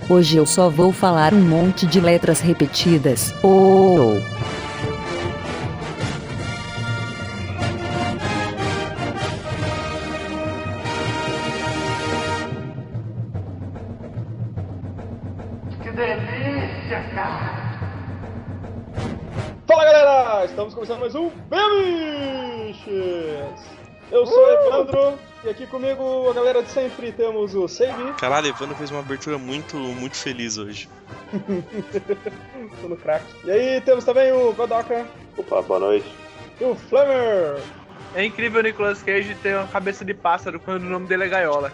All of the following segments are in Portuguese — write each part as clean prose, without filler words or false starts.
Hoje eu só vou falar um monte de letras repetidas. Oh. Que delícia, cara! Fala, galera! Estamos começando mais um Bemiches! Eu sou o Evandro e aqui comigo a galera de sempre temos o Seigi. Caralho, Evandro fez uma abertura muito feliz hoje. Tô no crack. E aí temos também o Godoka. Opa, boa noite. E o Flamer. É incrível o Nicolas Cage ter uma cabeça de pássaro quando o nome dele é Gaiola.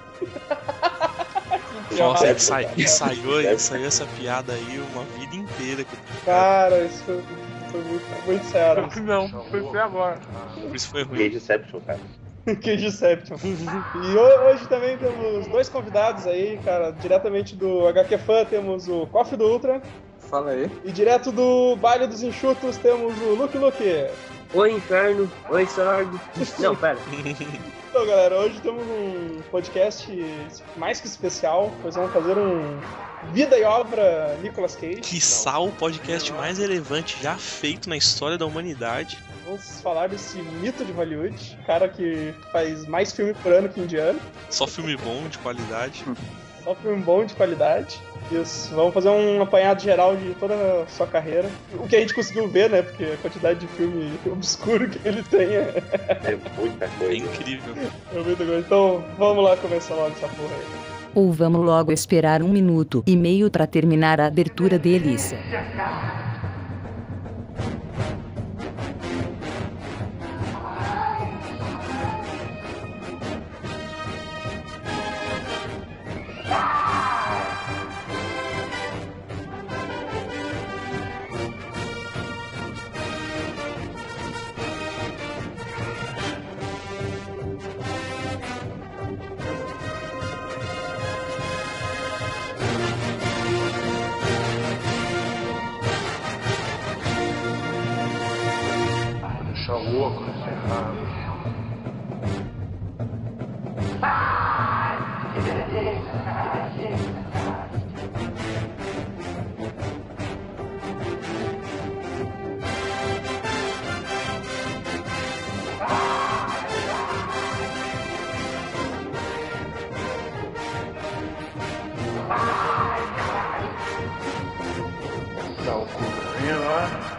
Nossa, saiu essa piada aí uma vida inteira. Cara, isso foi muito sério. Não, foi agora. Por isso foi ruim. Cageception, cara. Cageception. E hoje também temos dois convidados aí, cara. Diretamente do HQ Fan temos o Coffee do Ultra. Fala aí. E direto do Baile dos Enxutos temos o Luke. Oi, Inferno. Oi, Sordo. Não, pera. Então, galera, hoje temos um podcast mais que especial, pois vamos fazer um Vida e Obra Nicolas Cage. Quiçá o podcast mais relevante já feito na história da humanidade. Vamos falar desse mito de Hollywood, cara que faz mais filme por ano que indiano. Só filme bom, de qualidade. Só filme bom, de qualidade. Isso, vamos fazer um apanhado geral de toda a sua carreira. O que a gente conseguiu ver, né? Porque a quantidade de filme obscuro que ele tem É muita coisa. É incrível. É muita coisa. Então, vamos lá começar logo essa porra aí. Ou vamos logo esperar 1 minuto e meio pra terminar a abertura deles. Deixa louco, ferrado. Dá o cu pra mim, ó.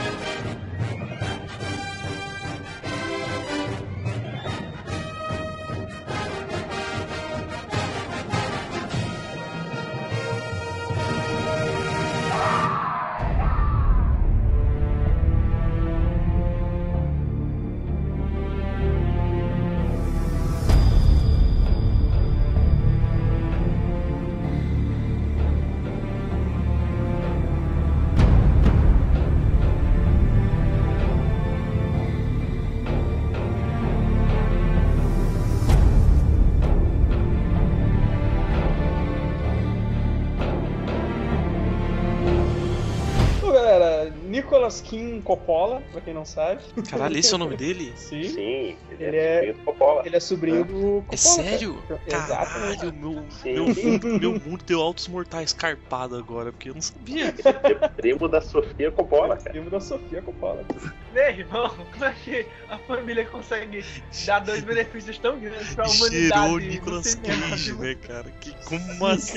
Nicolas Kim Coppola, pra quem não sabe. Caralho, esse é o nome dele? Sim. Sim, ele é sobrinho do Coppola. Ele é sobrinho do Coppola. É sério? Cara. Caralho, Exatamente. meu mundo deu altos mortais carpado agora, porque eu não sabia. É primo da Sofia Coppola, cara. Primo da Sofia Coppola. Meu irmão, como é que a família consegue dar dois benefícios tão grandes pra humanidade? Cheirou o Nicolas Cage, né, cara? Como assim?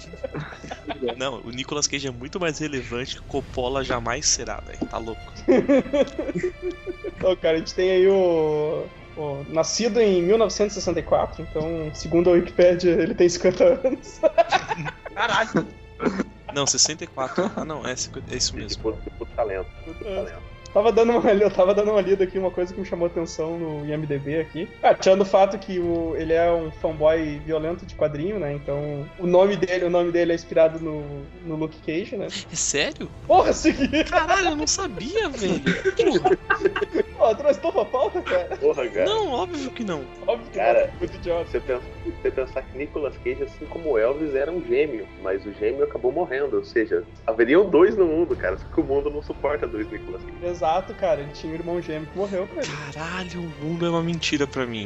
Não, o Nicolas Cage é muito mais relevante que o Coppola jamais será, velho. Tá louco. Então, cara, a gente tem aí o nascido em 1964, então, segundo a Wikipédia, ele tem 50 anos. Caralho. Não, 64. Ah, não, é isso mesmo. Por talento. Eu tava dando uma lida aqui, uma coisa que me chamou a atenção no IMDb aqui. Tirando o fato que ele é um fanboy violento de quadrinho, né? Então, o nome dele é inspirado no Luke Cage, né? É sério? Porra, segui! Caralho, eu não sabia, velho. Pô, trouxe toda a pauta, cara. Porra, cara. Não, óbvio que não. Óbvio que Cara, não, muito idiota. Você pensar que Nicolas Cage, assim como Elvis, era um gêmeo, mas o gêmeo acabou morrendo, ou seja, haveriam dois no mundo, cara, só que o mundo não suporta dois Nicolas Cage. Exato, cara, ele tinha um irmão gêmeo que morreu pra ele. Caralho, o mundo é uma mentira pra mim.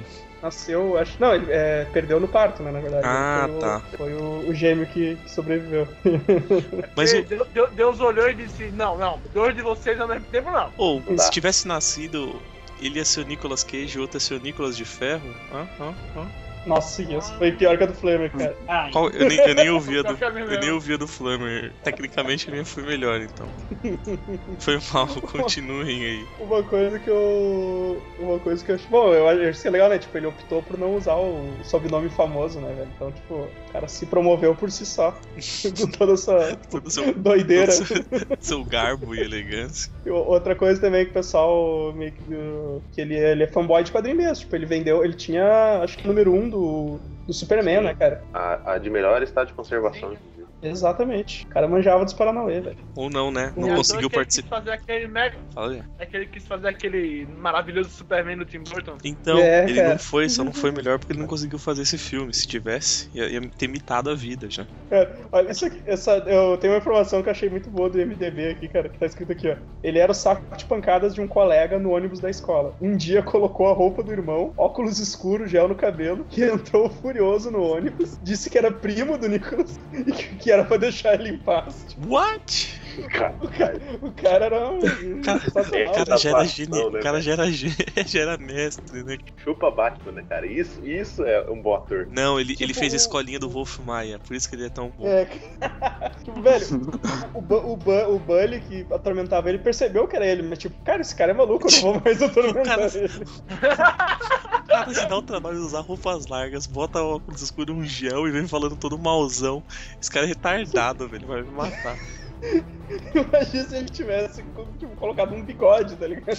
nasceu, acho. Não, ele perdeu no parto, né, na verdade. Ah, Foi tá. Foi o gêmeo que sobreviveu. Mas Deus olhou e disse: Não, 2 de vocês ao mesmo tempo não. se tivesse nascido, ele ia ser o Nicolas Cage e o outro ia ser o Nicolas de Ferro? Nossa, isso foi pior que a do Flamer, cara. Eu nem ouvi a do Flamer. Tecnicamente a minha foi melhor, então. Foi mal, continuem aí. Uma coisa que eu acho. Bom, eu acho que é legal, né? Tipo, ele optou por não usar o sobrenome famoso, né, velho? Então, tipo, o cara se promoveu por si só. Com toda essa doideira. Seu garbo e elegância. Outra coisa também que o pessoal meio que ele é fanboy de quadrinho mesmo. Tipo, ele tinha, acho que número 1 do Superman, né, cara? A de melhor estado de conservação. Exatamente. O cara manjava dos Paranauê, velho. Ou não, né? Não conseguiu participar. Fala aí. É que ele quis fazer aquele maravilhoso Superman do Tim Burton. Então, ele não foi, só não foi melhor porque ele não conseguiu fazer esse filme. Se tivesse, ia ter imitado a vida já. Cara, olha isso aqui, eu tenho uma informação que eu achei muito boa do MDB aqui, cara, que tá escrito aqui, ó. Ele era o saco de pancadas de um colega no ônibus da escola. Um dia colocou a roupa do irmão, óculos escuros, gel no cabelo, e entrou furioso no ônibus, disse que era primo do Nicolas e que era pra deixar ele em paz. Tipo, What? O cara era um. O cara já era gênio. O cara já era mestre, né? Chupa Batman, né, cara? Isso é um bom ator. Não, ele fez a escolinha do Wolf Maia, por isso que ele é tão bom. Tipo, velho, o Bully que atormentava ele percebeu que era ele, mas tipo, cara, esse cara é maluco, eu não vou mais atormentar ele. O cara se dá o trabalho de usar roupas largas, bota óculos escuros, um gel e vem falando todo mauzão. Esse cara é retardado, velho, vai me matar. Imagina se ele tivesse colocado um bigode, tá ligado?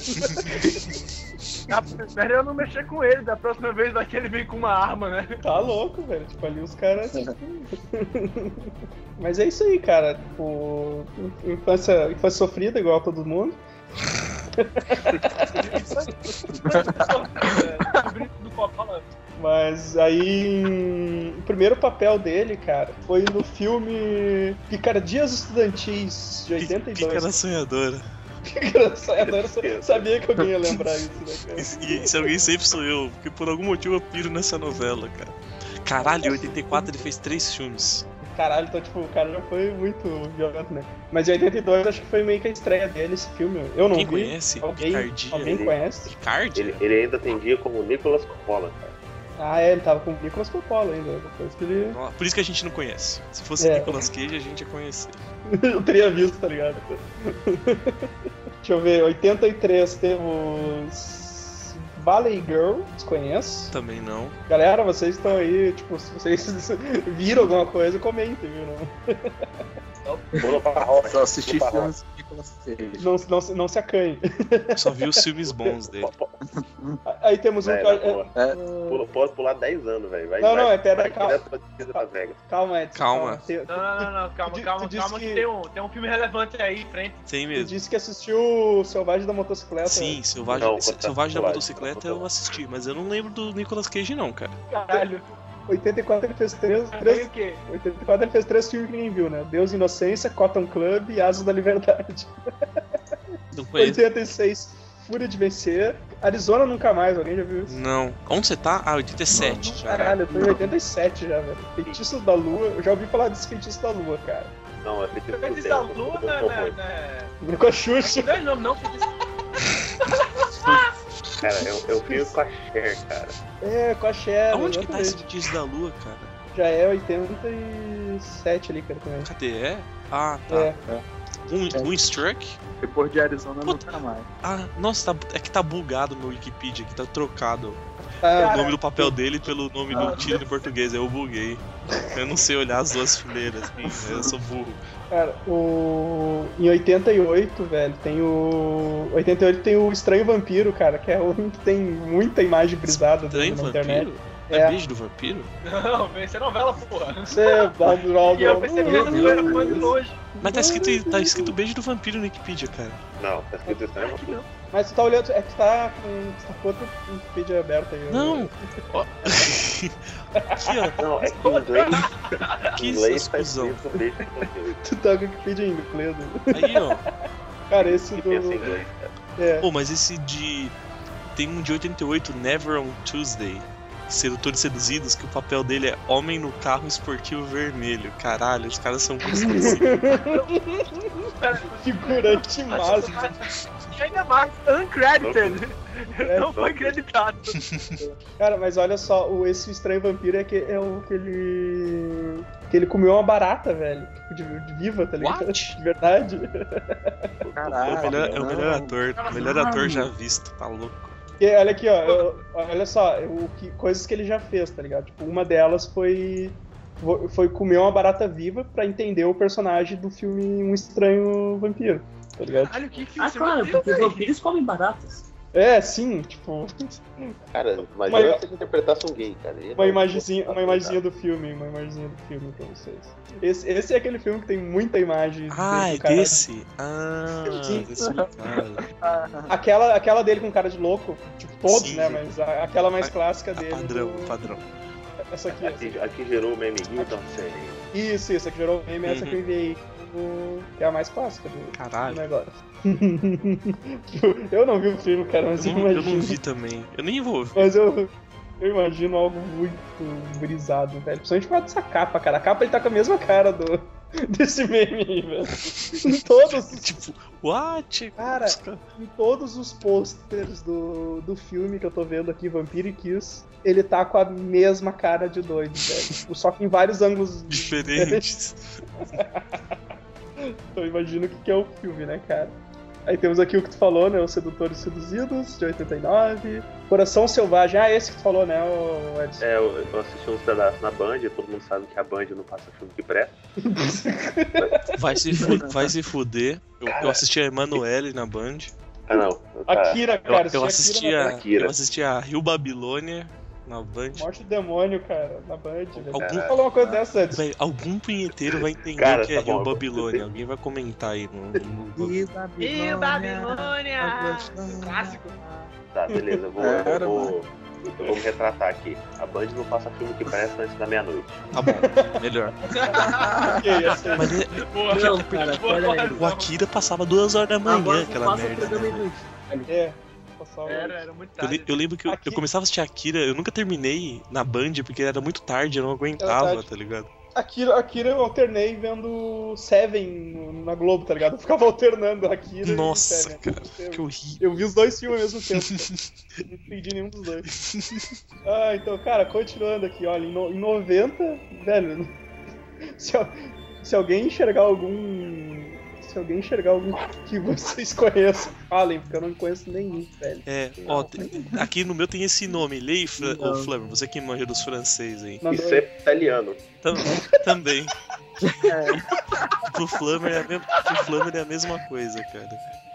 Melhor eu não mexer com ele, da próxima vez daqui ele vem com uma arma, né? Tá louco, velho. Tipo, ali os caras. Mas é isso aí, cara. Tipo, infância sofrida, igual a todo mundo. Mas aí o primeiro papel dele, cara, foi no filme Picardias Estudantis de 82. Pícara Sonhadora. Pícara Sonhadora, sabia que alguém ia lembrar isso, né, cara? E se alguém sempre sou eu, porque por algum motivo eu piro nessa novela, cara. Caralho, em 84 ele fez 3 filmes. Caralho, então tipo, o cara já foi muito violento, né? Mas em 82 acho que foi meio que a estreia dele, esse filme. Eu não vi. Quem conhece? Alguém conhece? Picardia? Ele ainda atendia como Nicolas Coppola, cara. Ah, ele tava com o Nicolas Coppola ainda, depois que ele... Por isso que a gente não conhece. Se fosse Nicolas Cage, a gente ia conhecer. Eu teria visto, tá ligado? Deixa eu ver, 83 temos... Valley Girl, desconheço. Também não. Galera, vocês estão aí, tipo, se vocês viram alguma coisa, comentem, viu? Só assisti filmes de Nicolas Cage. Não se acanhe. Só vi os filmes bons dele. Aí temos Pode pular 10 anos, velho. Não, pera, calma. Calma, Edson. Calma. Calma, que tem um filme relevante aí em frente. Tem mesmo. Tu disse que assistiu Selvagem da Motocicleta. Sim, Selvagem da Motocicleta eu assisti, mas eu não lembro do Nicolas Cage não, cara. Caralho. 84 ele fez 3 84 ele fez 3 filmes que ninguém viu, né? Deus e Inocência, Cotton Club e Asas da Liberdade. 86, Fúria de Vencer, Arizona Nunca Mais, alguém já viu isso? Não. Onde você tá? Ah, 87. Não, caralho, eu tô em 87 já, velho. Feitiços da Lua, eu já ouvi falar desse Feitiço da Lua, cara. Não, é Feitiço da Lua, né? Com a Xuxa. Não. Cara, eu filme com a Cher, cara. É, com a Cher. Aonde que tá esse Feitiço da Lua, cara? Já é 87 ali, cara, também. Cadê? Ah, tá. Moonstruck? Depois de Arizona Nunca Mais. Ah, nossa, é que tá bugado no Wikipedia, que tá trocado Ah, o nome do papel dele pelo nome do título em português, eu buguei. Eu não sei olhar as duas fileiras, eu sou burro. Cara, em 88, velho, tem o Estranho Vampiro, cara, que é um que tem muita imagem brisada na internet. É Beijo do Vampiro? Não, isso é novela, porra. Isso é eu percebi que não era fã de longe. Mas tá escrito Beijo do Vampiro no Wikipedia, cara. Não, tá escrito Estranho Vampiro. Mas tu tá olhando, é que tá com outro Wikipedia aberto aí. Não! Aqui, ó. Não, é que em inglês. Que inglês tá exclusão. escrito Beijo do Vampiro. Tu tá com o Wikipedia em inglês. Aí, ó. Cara, esse Que do... pensa em inglês, cara. É. Pô, mas esse de... Tem um de 88, Never on Tuesday. Sedutores Seduzidos, que o papel dele é homem no carro esportivo vermelho. Caralho, os caras são muito esquisitos. Figurante máximo. E ainda mais, uncredited. Não foi creditado. Cara, mas olha só, esse Estranho Vampiro é o que ele comeu uma barata, velho. De viva, tá ligado? What? De verdade. Caralho. É o melhor ator. O melhor ator já visto, tá louco. E olha aqui, ó. Olha só, coisas que ele já fez, tá ligado? Tipo, uma delas foi comer uma barata viva pra entender o personagem do filme Um Estranho Vampiro, tá ligado? Caralho, que filme Claro, porque os vampiros comem baratas. É, sim, tipo... Cara, imagina se ele interpretasse um gay, cara. Uma imagenzinha do filme pra vocês. Esse é aquele filme que tem muita imagem. Ah, é desse? Ah, desse cara. Aquela dele com cara de louco, tipo, todos, Sim, né? sim. Mas aquela mais clássica dele. Padrão. Essa aqui. Aqui gerou o meme Hilton Série. Isso, essa que gerou o meme, essa que eu enviei. Que é a mais clássica do Caralho. negócio. Eu não vi o filme, cara, mas eu Eu imagino. não vi também. Eu nem vou ver. Mas eu imagino algo muito brisado, velho. Principalmente com essa capa, cara. A capa ele tá com a mesma cara desse meme aí, velho. Em todos. Tipo, what? Cara, em todos os posters do filme que eu tô vendo aqui, Vampire Kiss, ele tá com a mesma cara de doido, velho. Tipo, só que em vários ângulos Diferentes. Eu imagino o que é o filme, né, cara? Aí temos aqui o que tu falou, né? Os Sedutores Seduzidos, de 89. Coração Selvagem. Ah, esse que tu falou, né, Edson? É, eu assisti uns pedaços na Band, todo mundo sabe que a Band não passa filme que presta. Vai se fuder. Eu assisti a Emanuele na Band. Ah, não. Akira, cara. Eu Akira. assisti a Rio Babilônia na Band. Morte do Demônio, cara, na Band. Algum- Falou uma coisa dessa, Edson. Véi, algum punheteiro vai entender Cara, o que é tá bom, Rio eu Babilônia. Alguém vai comentar aí no... Ih, Babilônia! Clássico. Tá, beleza, eu vou me retratar aqui. A Band não passa filme que presta antes da meia-noite. Tá bom, melhor. Ok, essa- Mas Não, cara, olha aí. o Akira passava 2 horas da manhã, Agora aquela passa o merda. programa Né? infantil. É. Passava- Era muito tarde. Eu lembro que eu começava a assistir Akira, eu nunca terminei na Band porque era muito tarde, eu não aguentava, Verdade. tá ligado? Akira eu alternei vendo Seven na Globo, tá ligado? Eu ficava alternando Akira Nossa, e Seven. cara, que horrível. Eu vi os dois filmes ao mesmo tempo. Não entendi nenhum dos dois. Ah, então, cara, continuando aqui, olha, em 90, velho, se alguém enxergar algum que vocês conheçam, falem, porque eu não conheço nenhum, velho. É, ó, aqui no meu tem esse nome, Lei ou Flammer, você que manja dos franceses aí. Não, Isso é italiano. Também. Pro Flammer é a mesma coisa, cara.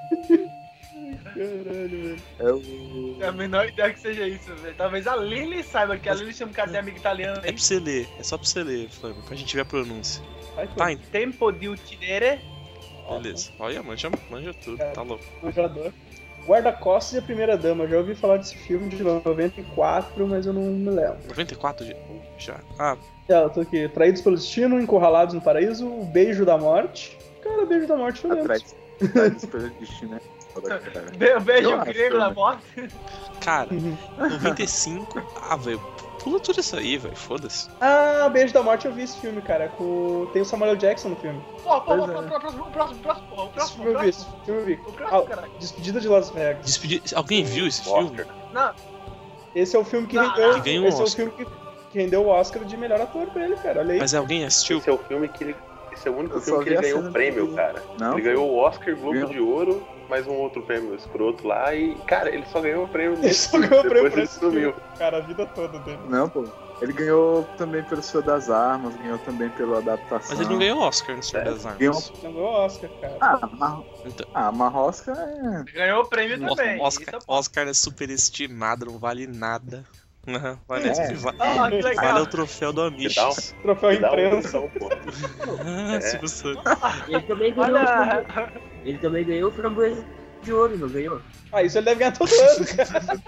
Caralho, velho. É a menor ideia que seja isso, velho. Talvez a Lily saiba, que a Lily chama um cara de amigo italiano É aí. pra você ler, é só pra você ler, Flammer, pra gente ver a pronúncia. Vai, Tá, Tempo di uccidere. beleza. Olha, manja tudo, tá louco. Manjador. Guarda-costas e a Primeira Dama. Eu já ouvi falar desse filme de 94, mas eu não me lembro. 94 já. Ah, Eu tô aqui. Traídos pelo Destino, Encurralados no Paraíso, O Beijo da Morte. Cara, O Beijo da Morte eu lembro. Atrás pelo destino, né? Beijo Eu acho, grego da né? morte. cara, 95. Ah, velho, pula tudo isso aí, velho, foda-se. Ah, O Beijo da Morte eu vi esse filme, cara. Tem o Samuel Jackson no filme. Pô, Pois é. Esse próximo, filme eu vi, esse filme eu vi. O próximo, Ah, caralho. Despedida de Las Vegas. Alguém viu esse filme? Não, Esse é o filme que Não, rendeu. que ganhou Esse um é o filme que rendeu o Oscar de melhor ator pra ele, cara. Olha aí. Mas alguém assistiu? Esse é o filme que ele. Esse é o único Eu filme só que vi ele a ganhou cena o prêmio, do- cara. Não? Ele ganhou o Oscar Globo Ganhou. de Ouro, mais um outro prêmio escroto lá e, cara, ele só ganhou o prêmio Ele nesse só filme, ganhou o prêmio depois pra ele esse filme, sumiu. cara, a vida toda dele. Não, pô. Ele ganhou também pelo Senhor das Armas, ganhou também pela adaptação. Mas ele não ganhou Oscar no Senhor das Ganhou- Armas. Não ganhou Oscar, cara. Então, Marrosca é... ganhou o prêmio também. Isso é bom. Oscar é superestimado, não vale nada. Aham, vale, É. Ah, que legal. vale o troféu do Amish. Troféu Me dá uma imprensa. impressão, pô. Ah, Silvio Santos. Ele também ganhou. Olha, Ele também ganhou o Framboesa de Ouro, não ganhou? Ah, isso ele deve ganhar todo ano, cara.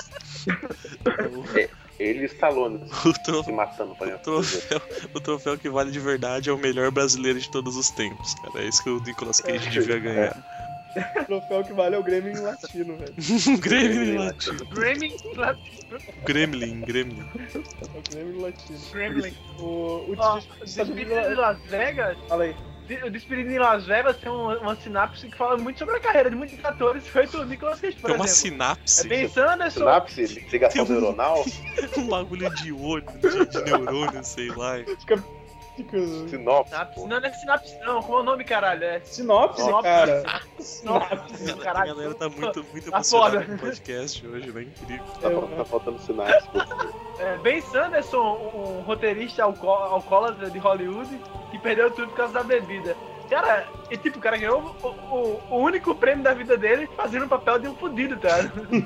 Ele e Stallone O se troféu, matando pra ganhar. o troféu que vale de verdade é o melhor brasileiro de todos os tempos, cara. É isso que o Nicolas Cage devia ganhar. O troféu que vale é o Gremlin latino, velho. Gremlin latino. Gremlin. Gremlin. É o Gremlin latino. Gremlin. O Ó, Estados Despedido Unidos- de Las Vegas. Fala aí. O Despedido em Las Vegas tem uma sinapse que fala muito sobre a carreira de muitos atores, feito o Nicolas Cage, por Tem uma exemplo. sinapse. É Ben Sanderson. Sinapse, ligação neuronal, Um bagulho de olho, de neurônio, sei lá. Fica sinopse. Sinapse. pô. Não é sinapse, não. Como é o nome, caralho? É sinopse, Sinopse. cara. sinopse, A caralho. galera tá muito Tá emocionada foda. no podcast hoje, né? Incrível. Tá faltando sinapse. pô. Ben Sanderson, um roteirista alcoólatra de Hollywood, que perdeu tudo por causa da bebida. Cara, e tipo, o cara ganhou o único prêmio da vida dele fazendo o papel de um fudido, tá?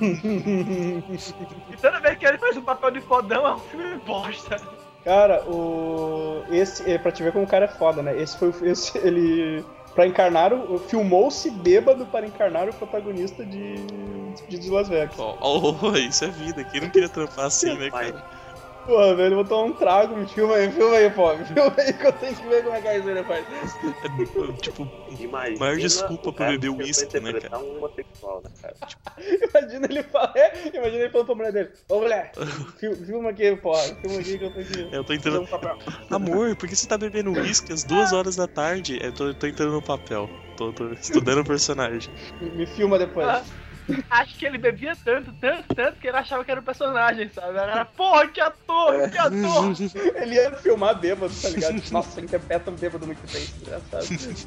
E toda vez que ele faz um papel de fodão, é um filme bosta. Cara, esse, pra te ver como o cara é foda, né? Ele, pra encarnar, filmou-se bêbado para encarnar o protagonista de Despedido de Las Vegas. Ó, isso é vida. Quem não queria trampar assim, né, cara? Pô, velho, eu vou tomar um trago, me filma aí, pô. Filma aí que eu tenho que ver como é que a Isaiah faz. Tipo, Imagina maior desculpa o pra cara beber tentar uísque, né, interpretar um homossexual, né, cara? Imagina ele falando pra mulher dele: Ô mulher, filma aqui, pô, filma aqui que eu tô aqui. Eu tô entrando. um papel. Amor, por que você tá bebendo uísque às 2 horas da tarde? Eu tô entrando no papel. Tô estudando o personagem. Me filma depois. Acho que ele bebia tanto que ele achava que era o personagem, sabe? Era, porra, que ator, que ator! Ele ia filmar bêbado, tá ligado? Nossa, interpreta um bêbado muito bem, engraçado.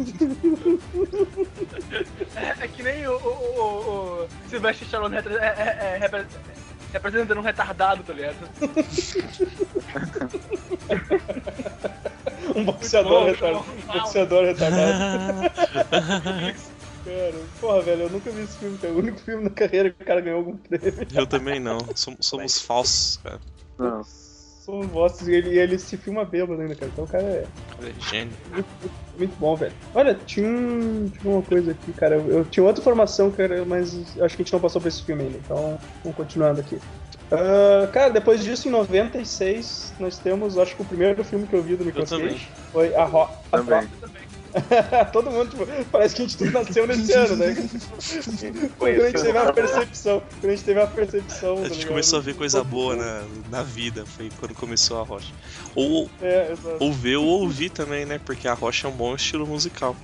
É que nem o Sylvester Stallone representando um retardado, tá ligado? Um boxeador Muito bom, retardado. muito bom. Boxeador retardado. Cara, porra, velho, eu nunca vi esse filme, cara. O único filme na carreira que o cara ganhou algum prêmio. Eu também não. Somos falsos, cara. Não. Somos vossos e ele se filma bêbado ainda, cara. Então o cara é É gênio. muito bom, velho. Olha, tinha uma coisa aqui, cara. Eu tinha outra informação, cara, mas acho que a gente não passou por esse filme ainda. Então, vamos continuando aqui. Cara, depois disso, em 96, nós temos, acho que o primeiro filme que eu vi do Nicolas também. Cage foi A Rocha. Também. Todo mundo, tipo, parece que a gente tudo nasceu nesse ano, né? Quando a gente teve uma percepção. A gente tá ligado? começou a ver coisa boa na vida, foi quando começou a Rocha. Ou Exato. ver ou ouvir também, né? Porque a Rocha é um bom estilo musical.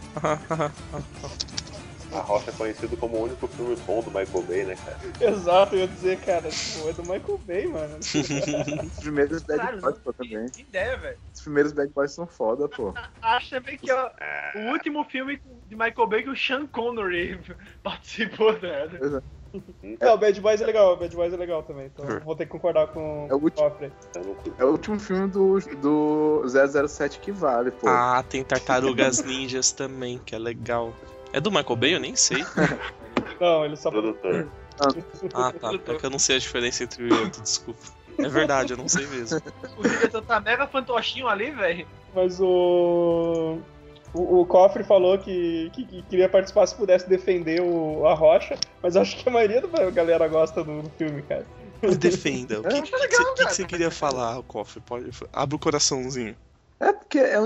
A Rocha é conhecido como o único filme bom do Michael Bay, né, cara? Exato, eu ia dizer, cara, tipo, é do Michael Bay, mano. Os primeiros Bad Caralho, Boys, pô, também. Que ideia, velho. Os primeiros Bad Boys são foda, pô. Acho também que é o último filme de Michael Bay que o Sean Connery participou, né? O Bad Boys é legal, também. Então vou ter que concordar com É o último. Joffrey. É o último filme do 007 que vale, pô. Ah, tem Tartarugas Ninjas também, que é legal. É do Michael Bay? Eu nem sei. Não, ele só. Produtor. Ah, tá. É que eu não sei a diferença entre um e outro, desculpa. É verdade, eu não sei mesmo. O diretor tá mega fantochinho ali, velho. Mas o Cofre falou que queria participar se pudesse defender a Rocha, mas acho que a maioria da galera gosta do filme, cara. Mas defenda. O que legal, cara. você queria falar, Cofre? Pode, abre o coraçãozinho. É porque é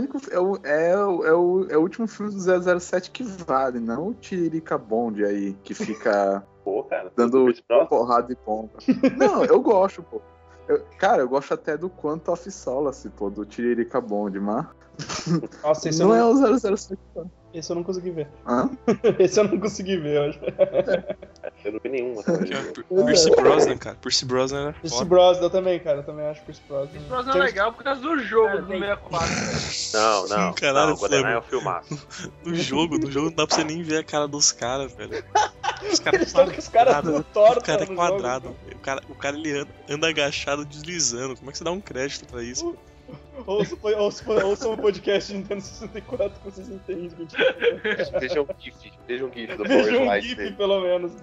o último filme do 007 que vale, não o Tiririca Bond aí, que fica Pô, cara. dando Chris Pratt. porrada e pomba. Não, eu gosto, pô. Eu gosto até do Quantum of Solace, pô, do Tiririca Bond, mas Nossa, esse não eu é não, o 007. Não. esse eu não consegui ver. Hã? Esse eu não consegui ver, eu acho. Eu não vi nenhuma. Cara. Percy Brosnan, cara. Percy Brosnan era Esse foda. Brosnan também, cara. Eu também acho Chris Brosnan. Esse Brosnan é legal por causa do jogo do 64. Não. Caralho, não, GoldenEye Flamengo. é um filmaço. No jogo não dá pra você nem ver a cara dos caras, velho. Os Eles caras estão com os caras tudo tortos. O cara é no quadrado. jogo. O cara ele anda agachado deslizando. Como é que você dá um crédito pra isso? Ouça o podcast de Nintendo 64 que vocês entendem. Veja um GIF do Veja Power um Slide GIF, dele. pelo menos.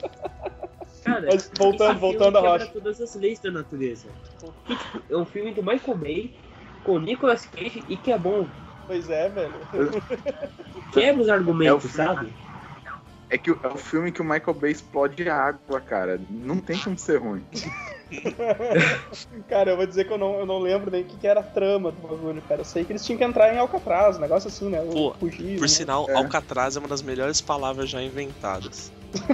Cara, Mas voltando a quebra Rocha. todas as leis da natureza. Que, tipo, é um filme do Michael Bay com Nicolas Cage e que é bom. Pois é, velho. Quebra os argumentos, É o filme. sabe? É o filme que o Michael Bay explode a água, cara. Não tem como ser ruim. Cara, eu vou dizer que eu não lembro nem o que era a trama do bagulho, cara. Eu sei que eles tinham que entrar em Alcatraz, um negócio assim, né? Pô, Fugir, por né? sinal, Alcatraz é uma das melhores palavras já inventadas.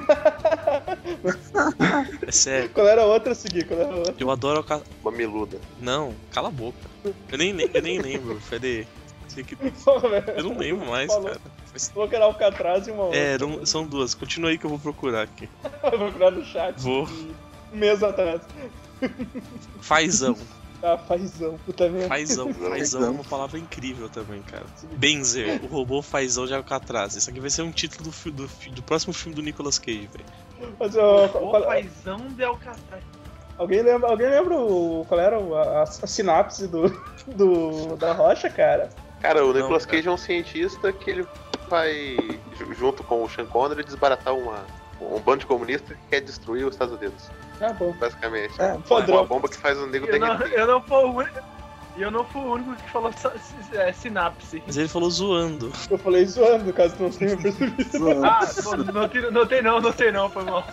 É sério. Qual era a outra a seguir? Qual era a outra? Eu adoro Alcatraz. Mamiluda. Não, cala a boca. Eu nem lembro, Fede. Pô, velho, Eu não lembro mais, falou. cara. Mas- Falou que era Alcatraz e uma outra. É, são duas. Continua aí que eu vou procurar aqui. Vou procurar no chat. Vou. Um mês atrás. Fazão. Ah, fazão, puta merda. Fazão é uma palavra incrível também, cara. Benzer, o robô fazão de Alcatraz. Isso aqui vai ser um título do próximo filme do Nicolas Cage, velho. Mas, O paizão de Alcatraz. alguém lembra qual era a sinapse da Rocha, cara? Cara, o Não, Nicolas cara. Cage é um cientista que ele vai, junto com o Sean Connery, desbaratar um bando de comunista que quer destruir os Estados Unidos. Ah, bom. Basicamente. É, padrão. Uma bomba que faz o nego derreter. Eu não fui o único que falou sinapse. Mas ele falou zoando. Eu falei zoando, caso tu não tenha percebido. Ah, pô, não tem não, foi mal.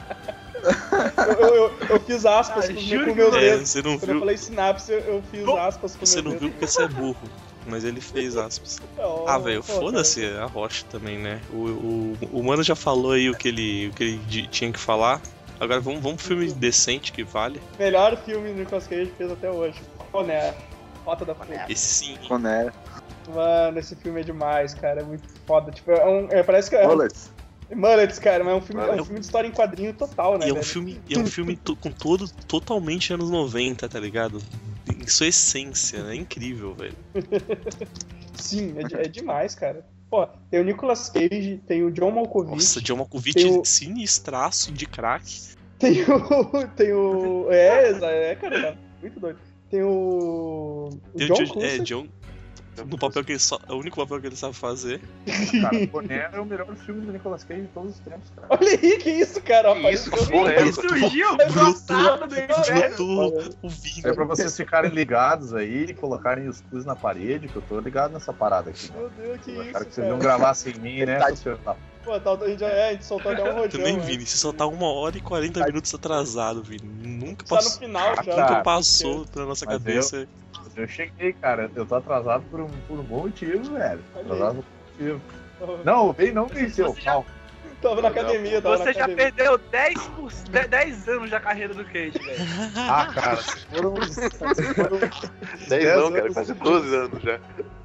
Eu fiz aspas Ah, com juro o meu que dedo. Você não Quando eu viu. falei sinapse, eu fiz aspas com o Você meu não dedo. viu porque você é burro. Mas ele fez aspas. Oh, Ah, velho, pô, foda-se a Rocha também, né? O Mano já falou aí o que ele tinha que falar. Agora vamos pro filme decente que vale. cara. Melhor filme do Nicolas Cage fez até hoje. Conner. Rota da Fuga. Esse sim. Conner. Mano, esse filme é demais, cara. É muito foda. Tipo, parece que é. Bullets. Mullets, cara, mas é um filme, Mullets. de história em quadrinho total, né? E é um velho? filme, com totalmente anos 90, tá ligado? Em sua essência, né? É incrível, velho. Sim, é demais, cara. Pô, tem o Nicolas Cage, tem o John Malkovich. Nossa, John Malkovich Tem o- sinistraço de crack. Tem o. Cara, tá muito doido. Tem o. Tem John o Cusack. John. No papel que ele é o único papel que ele sabe fazer. Cara, Conner é o melhor filme do Nicolas Cage de todos os tempos, cara. Olha aí, que isso, cara? Que isso, Apareceu- porra, é essa? Surgiu Brotou do inferno. o Vini. É pra vocês ficarem ligados aí e colocarem os quiz na parede, que eu tô ligado nessa parada aqui. Meu Deus, que Eu isso, acharam que vocês cara. iam gravar sem mim, né? seus filhos da- Pô, a gente soltou até um rojão. Também, né? Vini, se só tá 1h40 minutos atrasado, Vini. Nunca Tá no passou. final já. Tá. Nunca passou pela nossa Mas cabeça. Eu cheguei, cara. Eu tô atrasado por um bom motivo, velho. Olha aí. Atrasado por um motivo. Não, o bem não venceu. Você já- Calma. Tava na academia, tava Você na já academia. perdeu 10 anos da carreira do Cage, velho. Ah, cara. Foram 10 não, cara, quase 12 anos já.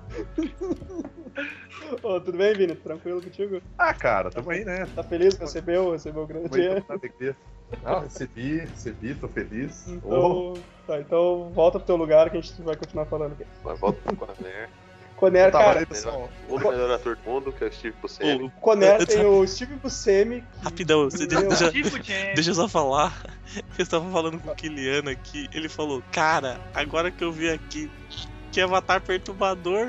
Ô, tudo bem, Vini? Tranquilo contigo? Ah, cara, tamo aí, né? Tá feliz? Recebeu o grande dinheiro? Muito alegria. Não, recebi, tô feliz. Então, tá, então volta pro teu lugar que a gente vai continuar falando aqui. Mas volta pro Conner. Conner, Tá, cara, valeu, pessoal. O melhor ator do mundo, que é o Steve Buscemi. Ô, Conner tem o Steve Buscemi. rapidão, você Meu. Tipo, James. deixa eu só falar. Eu estava falando com o Kiliano aqui. Ele falou: Cara, agora que eu vi aqui, que avatar perturbador.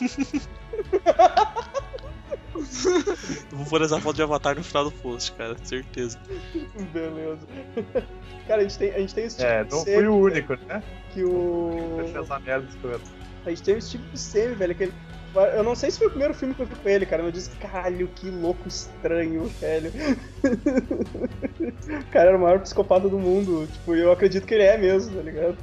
Eu vou pôr essa foto de avatar no final do post, cara, certeza. Beleza. Cara, a gente tem o Steve É, não Buscemi, fui o único, né? que o... Deixa essa merda escrota. A gente tem o Steve Buscemi, velho, que ele... Eu não sei se foi o primeiro filme que eu vi com ele, cara, mas eu disse, caralho, que louco estranho, velho. O cara era o maior psicopata do mundo, tipo, eu acredito que ele é mesmo, tá ligado?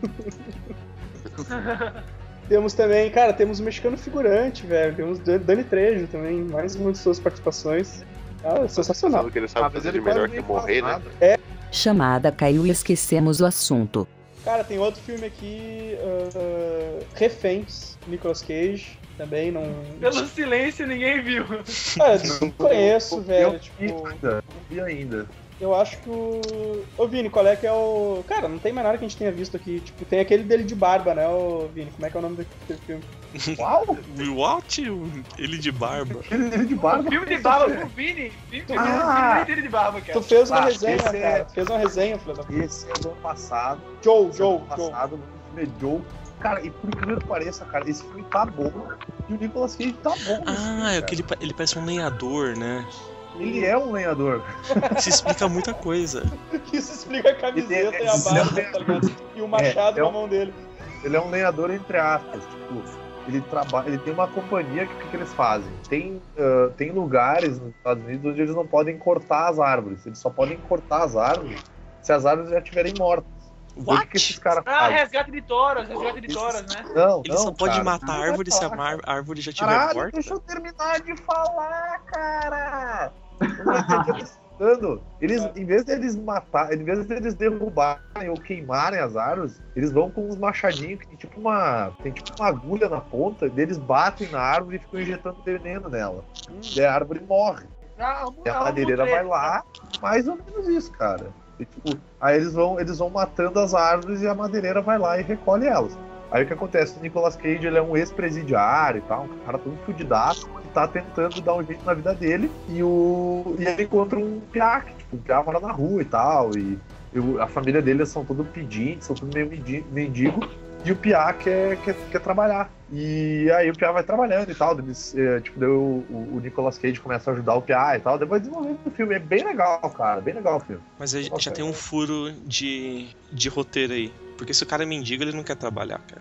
Temos também, cara, temos o mexicano figurante, velho, temos Dani Trejo também, mais uma de suas participações. Ah, sensacional. Sabe o que ele sabe fazer de melhor que morrer, né? Chamada caiu e esquecemos o assunto. Cara, tem outro filme aqui, Reféns, Nicolas Cage, também não... Pelo silêncio, ninguém viu. Cara, não conheço, velho, tipo... Não vi ainda. Eu acho que o... Ô, Vini, qual é que é o... Cara, não tem mais nada que a gente tenha visto aqui. Tipo, tem aquele dele de barba, né, ô, Vini? Como é que é o nome daquele filme? Uau! What? Ele de barba. Ele de barba. Filme de barba com o Vini. Filme dele de barba, cara. Tu fez uma Ah, resenha, esse é- cara. Tu fez uma resenha, filho da puta. Esse é do ano passado. Joe. Ano passado, no filme Joe. Cara, e por incrível que pareça, cara, esse filme tá bom. E o Nicolas Cage tá bom. nesse filme, Ah, é cara. que ele parece um lenhador, né? Ele é um lenhador. Isso explica muita coisa. Isso explica a camiseta e a barba, tá ligado? E o machado é na um- mão dele. Ele é um lenhador entre aspas. Tipo, ele trabalha, ele tem uma companhia que o que eles fazem? Tem lugares nos Estados Unidos onde eles não podem cortar as árvores. Eles só podem cortar as árvores se as árvores já estiverem mortas. O que esses caras Ah, fazem? resgate de toras, né? Não, Ele só pode cara. matar a árvore se a árvore já estiver Caralho, morta. deixa eu terminar de falar, cara! Eu não entendi. Eles, em vez deles matar, em vez deles derrubarem ou queimarem as árvores, eles vão com uns machadinhos que tem tipo uma agulha na ponta, eles batem na árvore e ficam injetando veneno nela. E a árvore morre. E a madeireira vai lá, mais ou menos isso, cara. E, tipo, aí eles vão matando as árvores e a madeireira vai lá e recolhe elas. Aí o que acontece? O Nicolas Cage, ele é um ex-presidiário e tal, um cara todo fudidaço, que tá tentando dar um jeito na vida dele, e ele encontra um piá, que tipo, o piá mora na rua e tal, e a família dele são todos pedintes, são todos meio mendigo, e o piá quer trabalhar. E aí o piá vai trabalhando e tal, o Nicolas Cage começa a ajudar o piá e tal, depois desenvolvendo o filme. É bem legal, cara, bem legal o filme. Mas aí já tem um furo de roteiro aí. Porque se o cara é mendigo, ele não quer trabalhar, cara.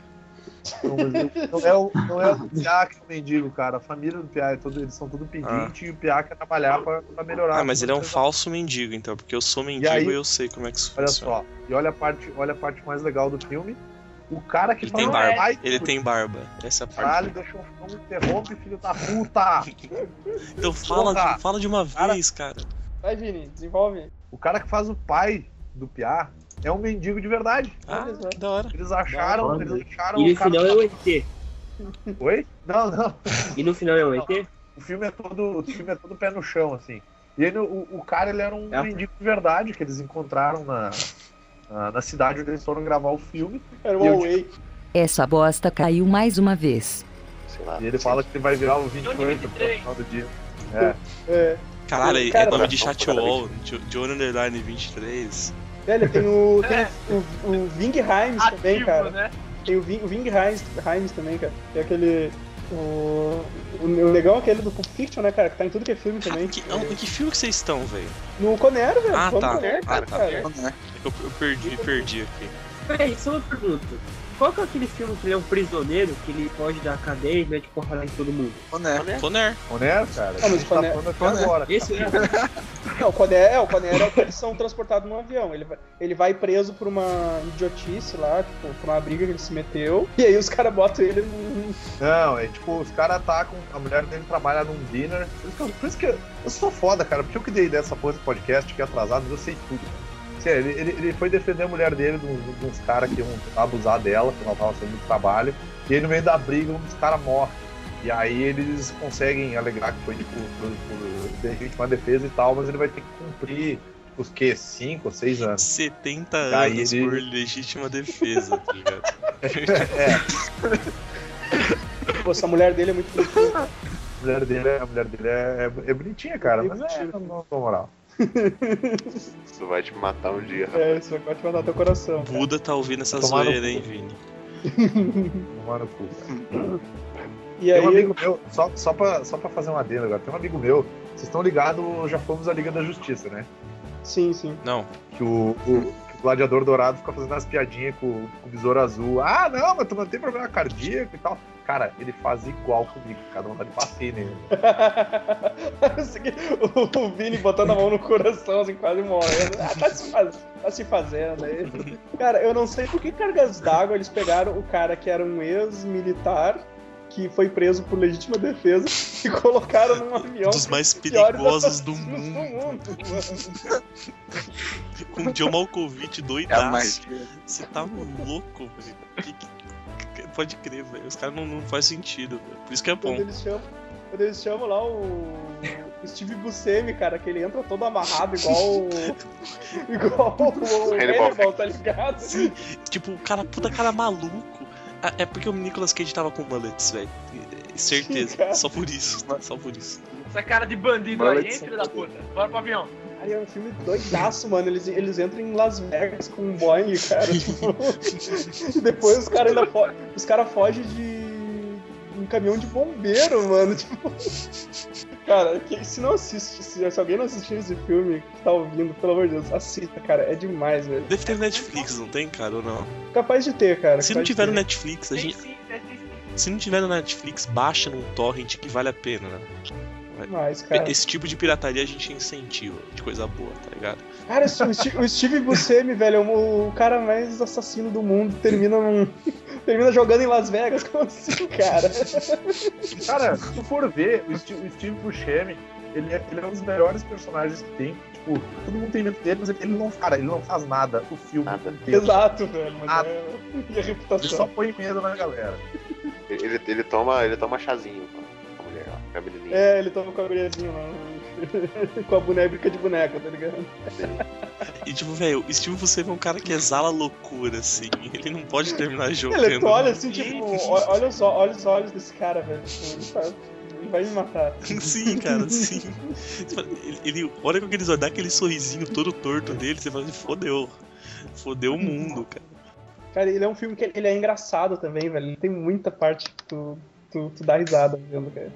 Não é o Piá que é o mendigo, cara. A família do Piá, eles são tudo pedinte e o Piá quer trabalhar pra melhorar. Ah, mas ele é um falso mendigo, então. Porque eu sou mendigo e eu sei como é que isso olha funciona. Só, e olha a parte mais legal do filme. O cara que ele tem barba. Ele tem barba. Essa é a parte. Caralho, deixa eu não interrompe, filho da puta! Então fala de uma vez, cara. Vai, Vini, desenvolve. O cara que faz o pai do Piá é um mendigo de verdade. Ah, que da hora. Eles acharam E no o cara... final é um ET. Oi? Não. E no final é um ET? O filme é todo pé no chão, assim. E aí o cara, ele era um mendigo de verdade, que eles encontraram na cidade onde eles foram gravar o filme. Era o Away. Essa bosta caiu mais uma vez. Sei lá. E ele fala que ele vai virar o 28 no final do dia. Caralho, é nome de Chatwall. John Underline 23. Velho, tem o Ving Rhames também, cara. Né? Tem o Ving Rhames também, cara. Tem aquele... O negão aquele do Pulp Fiction, né, cara? Que tá em tudo que é filme também. Em que filme que vocês estão, velho? No Conero, velho. Ah, tá. Conero, cara. Eu perdi aqui. Peraí, só uma pergunta. Qual que é aquele filme que ele é um prisioneiro, que ele foge da cadeia e mete porrada em todo mundo? Conner, cara. Ah, mas o Conner... agora. Esse é. Não, o Conner é que eles são transportados num avião. Ele vai preso por uma idiotice lá, tipo, por uma briga que ele se meteu. E aí os caras botam ele num... Não, é tipo, os caras atacam, a mulher dele trabalha num dinner. Por isso que eu sou foda, cara, porque eu que dei dessa porra do podcast que é atrasado, mas eu sei tudo. Ele foi defender a mulher dele de uns caras que iam abusar dela, que ela tava saindo do trabalho, e aí no meio da briga um dos caras morre. E aí eles conseguem alegar que foi tipo, por legítima defesa e tal, mas ele vai ter que cumprir os 5 ou 6 anos. 70 anos por legítima defesa, tá ligado? Pô, essa mulher dele é muito bonitinha. A mulher dele é bonitinha, cara, mas não dá moral. Isso vai te matar um dia, rapaz. Isso vai te matar teu coração. Buda tá ouvindo essa zoeira, hein, Vini? Tomar no cu. E aí... Tem um amigo meu, só pra fazer um adendo agora, tem um amigo meu, vocês estão ligados, já fomos à Liga da Justiça, né? Sim. Não. Que o Gladiador Dourado fica fazendo as piadinhas com o Besouro Azul. Ah, não, mas tu não tem problema cardíaco e tal. Cara, ele faz igual comigo, cada um tá de passeio nele. O Vini botando a mão no coração, assim, quase morrendo. Tá se fazendo aí. Cara, eu não sei por que cargas d'água eles pegaram o cara que era um ex-militar, que foi preso por legítima defesa, e colocaram num avião. Dos mais perigosos do mundo. Com o John Malkovich doidaço. Você tá louco, velho. Pode crer, velho. Os caras não faz sentido, velho. Por isso que é bom. Quando eles chamam lá o Steve Buscemi, cara, que ele entra todo amarrado igual o Hannibal, tá ligado? Sim. Tipo, o cara, puta cara maluco. É porque o Nicolas Cage tava com mullets, velho. Certeza. Sim, só por isso. Essa cara de bandido aí, hein, filho da puta? Bora pro avião. Cara, é um filme doidaço, mano. Eles entram em Las Vegas com um Boeing, cara. Tipo... e depois os caras ainda fogem de um caminhão de bombeiro, mano. Tipo... Cara, se alguém não assistiu esse filme que tá ouvindo, pelo amor de Deus, assista, cara. É demais, velho. Deve ter Netflix, não tem, cara, ou não? Capaz de ter, cara. Se não tiver no Netflix, Se não tiver no Netflix, baixa num torrent que vale a pena, né? Mas, cara. Esse tipo de pirataria a gente incentiva, de coisa boa, tá ligado? Cara, o Steve Buscemi, velho, é o cara mais assassino do mundo. Termina jogando em Las Vegas. Como assim, cara? Cara, se tu for ver, o Steve Buscemi, ele é um dos melhores personagens que tem. Tipo, todo mundo tem medo dele, mas ele não faz nada. O filme inteiro. Exato, velho. Mas e a reputação? Ele só põe medo na galera. Ele toma chazinho com a mulher, ó, com a menininha. É, ele toma com a guriazinha lá. Com a boneca de boneca, tá ligado? E tipo, velho, o Steve Buscemi é um cara que exala loucura, assim. Ele não pode terminar jogando. Ele olha assim, tipo, olha os olhos desse cara, velho. Ele vai me matar. Sim, cara, sim. Ele olha com aqueles olhos, dá aquele sorrisinho todo torto dele, você fala, fodeu. Fodeu o mundo, cara. Cara, ele é um filme que ele é engraçado também, velho. Ele tem muita parte que tu dá risada vendo, cara.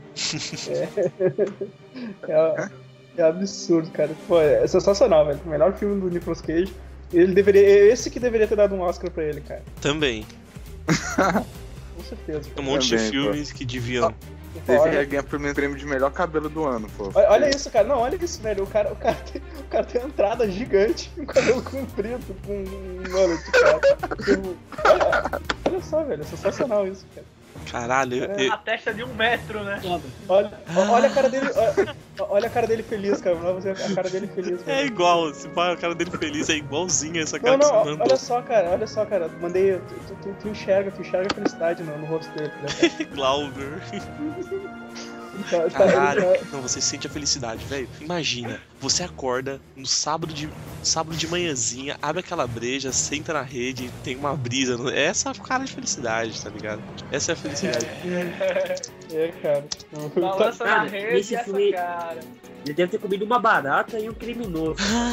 É absurdo, cara. Pô, é sensacional, velho. O melhor filme do Nicolas Cage. Esse que deveria ter dado um Oscar pra ele, cara. Também. Com certeza. Um monte de filmes que deviam. Deveria ganhar o prêmio de melhor cabelo do ano, pô. Olha isso, cara. Não, olha isso, velho. O cara tem uma entrada gigante, um cabelo comprido, com um mullet, cara. Olha só, velho. É sensacional isso, cara. Caralho, A testa de 1 metro, né? Olha a cara dele. Olha a cara dele feliz, cara. Não, você a cara dele feliz. É igual, se a cara dele feliz é igualzinha essa cara que você mandou. Olha só, cara. Mandei. Tu enxerga a felicidade no rosto dele, né? Glauber. Caralho, não, você sente a felicidade, velho. Imagina, você acorda no sábado de manhãzinha, abre aquela breja, senta na rede, tem uma brisa. Essa é a cara de felicidade, tá ligado? Essa é a felicidade. Cara. Balança na rede esse essa filme, cara. Ele deve ter comido uma barata e um criminoso.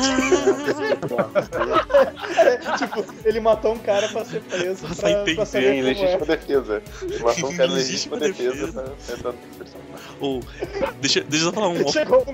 Tipo, ele matou um cara pra ser preso. Pra saber em legítima defesa. Ele matou um cara em legítima defesa pra tentar personagem. Ou, deixa eu falar um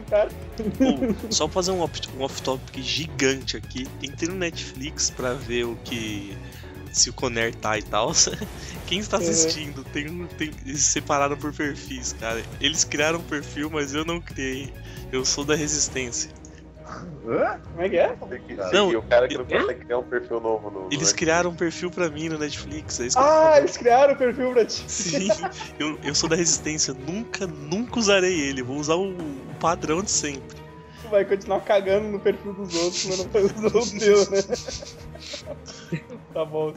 só pra fazer um off-topic gigante aqui. Entrei no Netflix pra ver se o Conner tá e tal. Quem está assistindo eles separaram por perfis, cara. Eles criaram um perfil, mas eu não criei. Eu sou da Resistência. Como é que é? Não, o cara que não consegue criar um perfil novo no eles criaram um perfil pra mim no Netflix. Eles criaram um perfil pra ti. Sim, eu sou da Resistência. Nunca usarei ele. Vou usar o padrão de sempre. Tu vai continuar cagando no perfil dos outros, mas não vai usar o teu, né? Tá bom.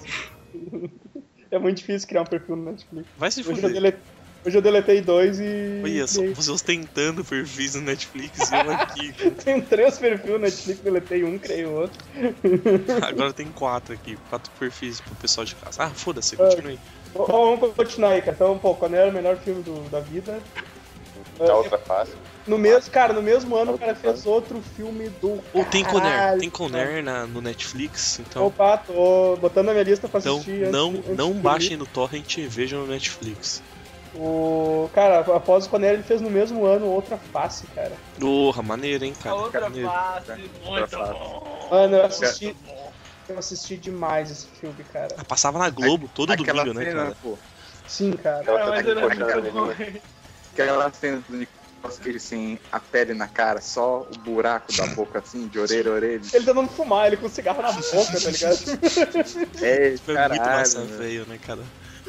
É muito difícil criar um perfil no Netflix. Vai se fuder. Hoje eu deletei 2 e... Olha só, vocês ostentando perfis no Netflix e eu aqui. Tem 3 perfis no Netflix, deletei um, criei outro. Agora tem 4 aqui, 4 perfis pro pessoal de casa. Foda-se, continue. Vamos continuar aí, cara. Então, qual era o melhor filme da vida? A outra face. No mesmo ano o cara fez outro filme do Tem Conner no Netflix, então... Opa, tô botando na minha lista pra assistir. Não baixem no Torrent e vejam no Netflix. Cara, após o Conner, ele fez no mesmo ano Outra Face, cara. Porra, maneiro, hein, cara. Outra Face, muito bom. Mano, eu assisti demais esse filme, cara. Passava na Globo todo domingo, né, cara? Pô. Sim, cara. Mas era muito bom. Aquela cena do Nicolas Cage sem a pele na cara, só o buraco da boca, assim, de orelha a orelha. Ele tentando fumar, ele com cigarro na boca, tá ligado? Foi muito massa, velho, né, cara?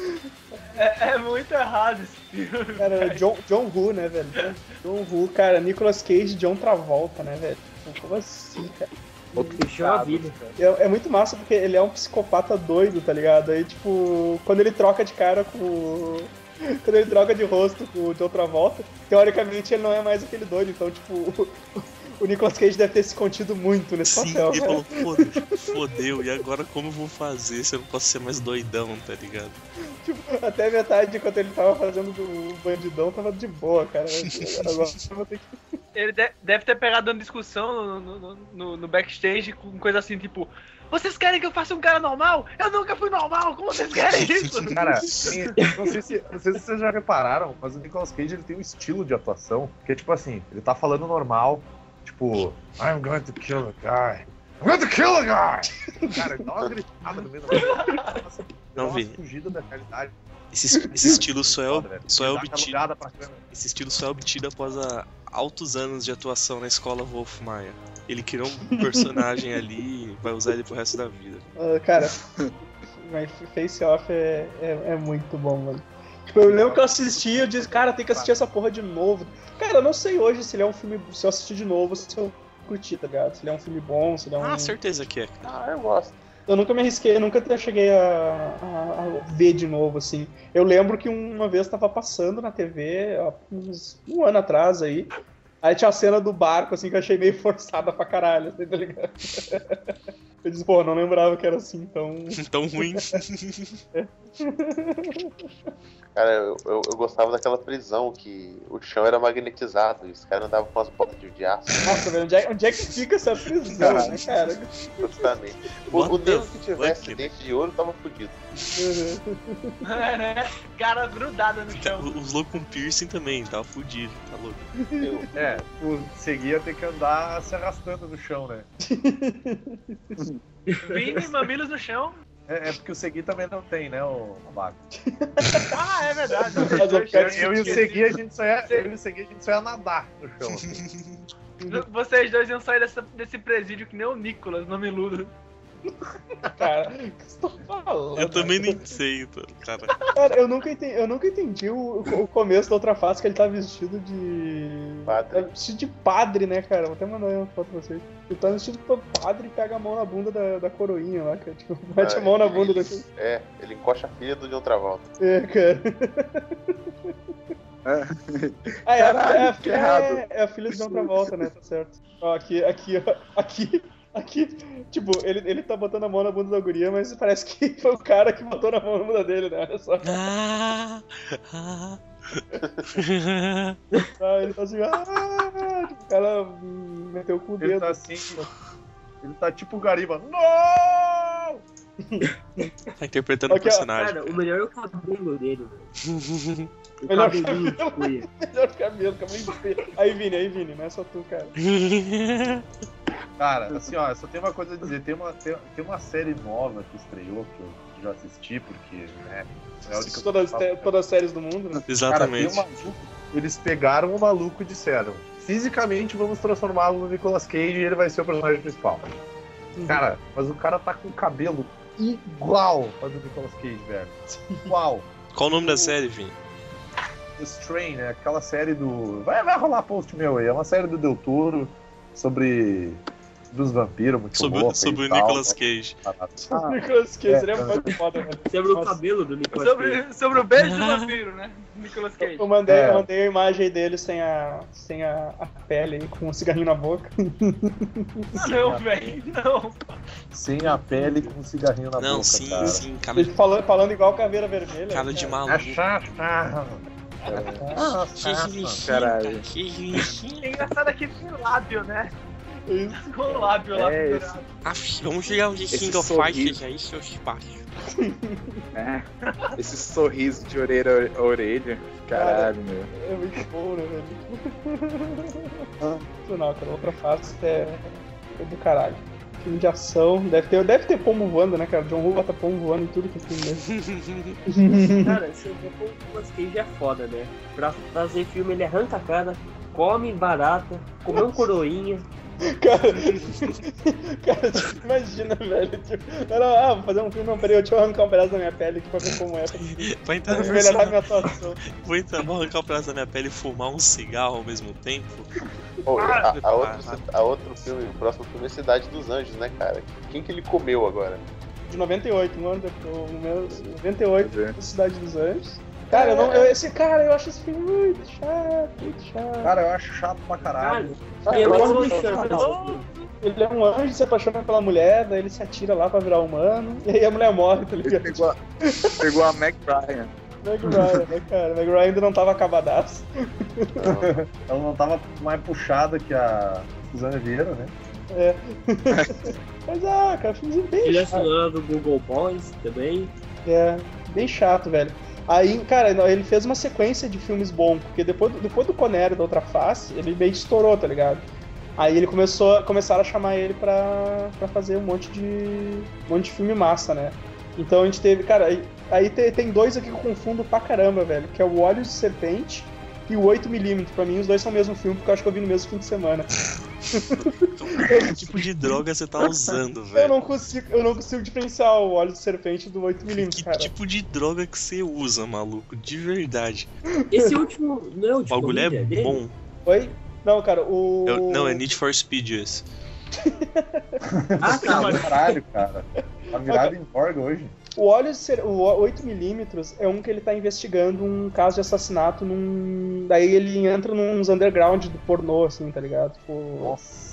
É muito errado esse filme. Cara, John Woo, né, velho? John Woo, cara, Nicolas Cage e John Travolta, né, velho? Como assim, cara? Fechou a vida, cara. É muito massa porque ele é um psicopata doido, tá ligado? Aí, tipo, quando ele troca de cara com quando ele troca de rosto com o John Travolta, teoricamente ele não é mais aquele doido, então, tipo, o Nicolas Cage deve ter se contido muito nesse papel. Sim, ele falou, fodeu, e agora como eu vou fazer se eu não posso ser mais doidão, tá ligado? Tipo, até metade, quando ele tava fazendo o bandidão, tava de boa, cara. Agora eu vou ter que... Ele deve ter pegado uma discussão no backstage com coisa assim, tipo... Vocês querem que eu faça um cara normal? Eu nunca fui normal, como vocês querem isso? Cara, não sei se vocês já repararam, mas o Nicolas Cage ele tem um estilo de atuação que é tipo assim, ele tá falando normal, tipo, I'm going to kill a guy. I'm going to kill a guy! Cara, ele dá uma gritada no meio da... Não vi. Fugida da realidade. Esse estilo só é Foda, velho. obtido. Alugada pra câmera. Esse estilo só é obtido após altos anos de atuação na escola Wolf Maia. Ele criou um personagem ali e vai usar ele pro resto da vida. Cara, mas Face Off é muito bom, mano. Tipo, eu lembro que eu assisti e eu disse, cara, tem que assistir essa porra de novo. Cara, eu não sei hoje se ele é um filme. Se eu assistir de novo, se eu curti, tá ligado? Se ele é um filme bom, se ele é um. Ah, certeza que é. Ah, eu gosto. Eu nunca me arrisquei, eu nunca até cheguei a ver de novo, assim. Eu lembro que uma vez tava passando na TV, ó, uns um ano atrás aí tinha a cena do barco, assim, que eu achei meio forçada pra caralho, assim, tá ligado? Eu disse, pô, não lembrava que era assim, Tão ruim. Cara, eu gostava daquela prisão que o chão era magnetizado e os caras andavam com as botas de aço. Nossa, velho, onde é que fica essa prisão, né, cara? Justamente. What O the dedo que tivesse fuck, dente de ouro tava fudido. É, né? Cara grudada no chão. Os loucos com piercing também, tava fudido, tá louco. O Segui ia ter que andar se arrastando no chão, né? Vini, mamilos no chão. É porque o Segui também não tem, né, o Baco? Ah, é verdade. Eu e o Segui, a gente só ia nadar no chão. Assim. Vocês dois iam sair desse presídio que nem o Nicolas, nomeludo. Cara, o que você tá falando? Eu também nem sei, cara. Cara, eu nunca entendi o começo da outra face, que ele tá vestido de... Padre. Vestido de padre, né, cara? Vou até mandar uma foto pra vocês. Ele tá vestido de padre e pega a mão na bunda da coroinha lá, cara. Tipo, bate a mão na bunda daquele. Ele encosta a filha do John Travolta. Cara. É a filha de John Travolta, né? Tá certo. Ó, aqui, tipo, ele tá botando a mão na bunda da guria, mas parece que foi o cara que botou na mão na bunda dele, né? Olha só. Ele tá assim, tipo, o cara meteu com o dedo. Ele tá assim, ele tá tipo o Gariba. Não! Tá interpretando o personagem. Cara, o melhor é o cabelo dele, velho. O Melhor cabelinho de cuia. Melhor cabelo inteiro. Aí, Vini, não é só tu, cara. Cara, assim, ó, só tem uma coisa a dizer. Tem uma série nova que estreou, que eu já assisti, porque, né, é a única Todas as séries do mundo, né? Exatamente. Cara, eles pegaram o maluco e disseram: fisicamente vamos transformá-lo no Nicolas Cage e ele vai ser o personagem principal. Cara, mas o cara tá com o cabelo igual ao do Nicolas Cage, velho. Igual. Qual o nome da série, Vini? The Strain, né? Aquela série do... Vai rolar post meu aí. É uma série do Del Toro sobre... dos vampiros, muito louco. Sobre o tal, Nicolas Cage. O Nicolas Cage seria muito foda, velho. Sobre o cabelo do Nicolas Cage. Sobre o beijo do vampiro, né? Nicolas Cage. Eu mandei a imagem dele sem a pele aí, com um cigarrinho na boca. Não, velho, não. Sem a pele com um cigarrinho na boca, Não, sim, cara. sim. Cara Ele falando igual Caveira Vermelha. de cara. maluco. Caralho. É engraçado aqui com lábio, né? Isso. Com o lábio lá É, pendurado. Vamos jogar os Esse King of sorriso. Fighters aí, seus pachos. Esse sorriso de orelha a orelha. Caralho, meu. É muito bom, né, velho? Não, cara, outra face é do caralho. Filme de ação, deve ter pombo voando, né, cara? John Woo bota pombo voando em tudo que é filme dele. Cara, você vê como o Nicolas Cage é foda, né? Pra fazer filme ele arranca a cara, come barata, come um coroinha. Cara, tipo, imagina, velho. Tipo, vou fazer um filme, não, peraí, deixa eu arrancar um pedaço da minha pele aqui pra ver como é. Vai entrar Pra no melhorar personagem. minha atuação. Vou arrancar o pedaço da minha pele e fumar um cigarro ao mesmo tempo. Pô, a outro filme, o próximo filme é Cidade dos Anjos, né, cara? Quem que ele comeu agora? De 98, um ano depois. 98, Cidade dos Anjos. Cara, eu acho esse filme muito chato. Cara, eu acho chato pra caralho. Ele é um anjo, se apaixona pela mulher, daí ele se atira lá pra virar humano, e aí a mulher morre, tá Ele ligado? pegou a Meg Ryan. Meg Ryan, né, cara? Meg Ryan ainda não tava acabadaço. Ela não tava mais puxada que a Suzana Vieira, né? Mas cara, filmezinho bem Ele é chato. do Google Boys também. Bem chato, velho. Aí, cara, ele fez uma sequência de filmes bons, porque depois do Conero da Outra Face, ele meio que estourou, tá ligado? Aí ele começaram a chamar ele pra fazer um monte de filme massa, né? Então a gente teve, cara, Aí tem dois aqui que eu confundo pra caramba, velho, que é o Olhos de Serpente e o 8mm. Pra mim, os dois são o mesmo filme, porque eu acho que eu vi no mesmo fim de semana. Que tipo de droga você tá usando, velho? Eu não consigo diferenciar o Olhos de Serpente do 8mm, cara. Que tipo de droga que você usa, maluco? De verdade. Esse último não é o O bagulho é dele? bom. Oi? Não, cara, Não, é Need for Speed esse. Ah, tá. Caralho, cara. Tá virado em Borg hoje. O 8mm é um que ele tá investigando um caso de assassinato Daí ele entra nos underground do pornô, assim, tá ligado? Tipo... Nossa.